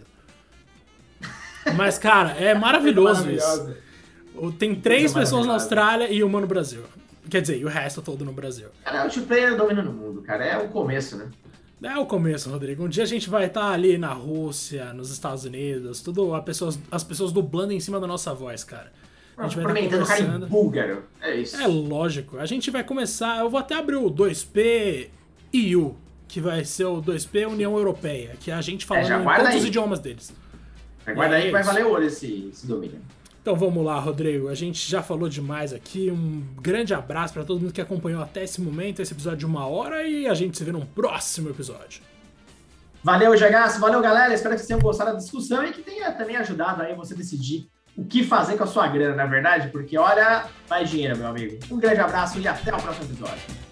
Mas, cara, é maravilhoso isso. Maravilhosa. O- Tem três Coisa pessoas na maravilhosa. Austrália e uma no Brasil. Quer dizer, e o resto todo no Brasil. Cara, o Two Player dominando o mundo, cara. É o começo, né? É o começo, Rodrigo. Um dia a gente vai estar ali na Rússia, nos Estados Unidos, tudo a pessoas, as pessoas dublando em cima da nossa voz, cara. A gente vai estar Aproveitando o cara em conversando. búlgaro. É isso. É lógico. A gente vai começar. Eu vou até abrir o dois P E U, que vai ser o dois P União Europeia, que é a gente falando já em guarda todos os aí. idiomas deles. Aguarda É aí que vai isso. valer o olho esse, esse domínio. Então vamos lá, Rodrigo. A gente já falou demais aqui. Um grande abraço para todo mundo que acompanhou até esse momento, esse episódio de uma hora, e a gente se vê num próximo episódio. Valeu, Jagaço. Valeu, galera. Espero que vocês tenham gostado da discussão e que tenha também ajudado aí você decidir o que fazer com a sua grana, na verdade, porque olha, faz dinheiro, meu amigo. Um grande abraço e até o próximo episódio.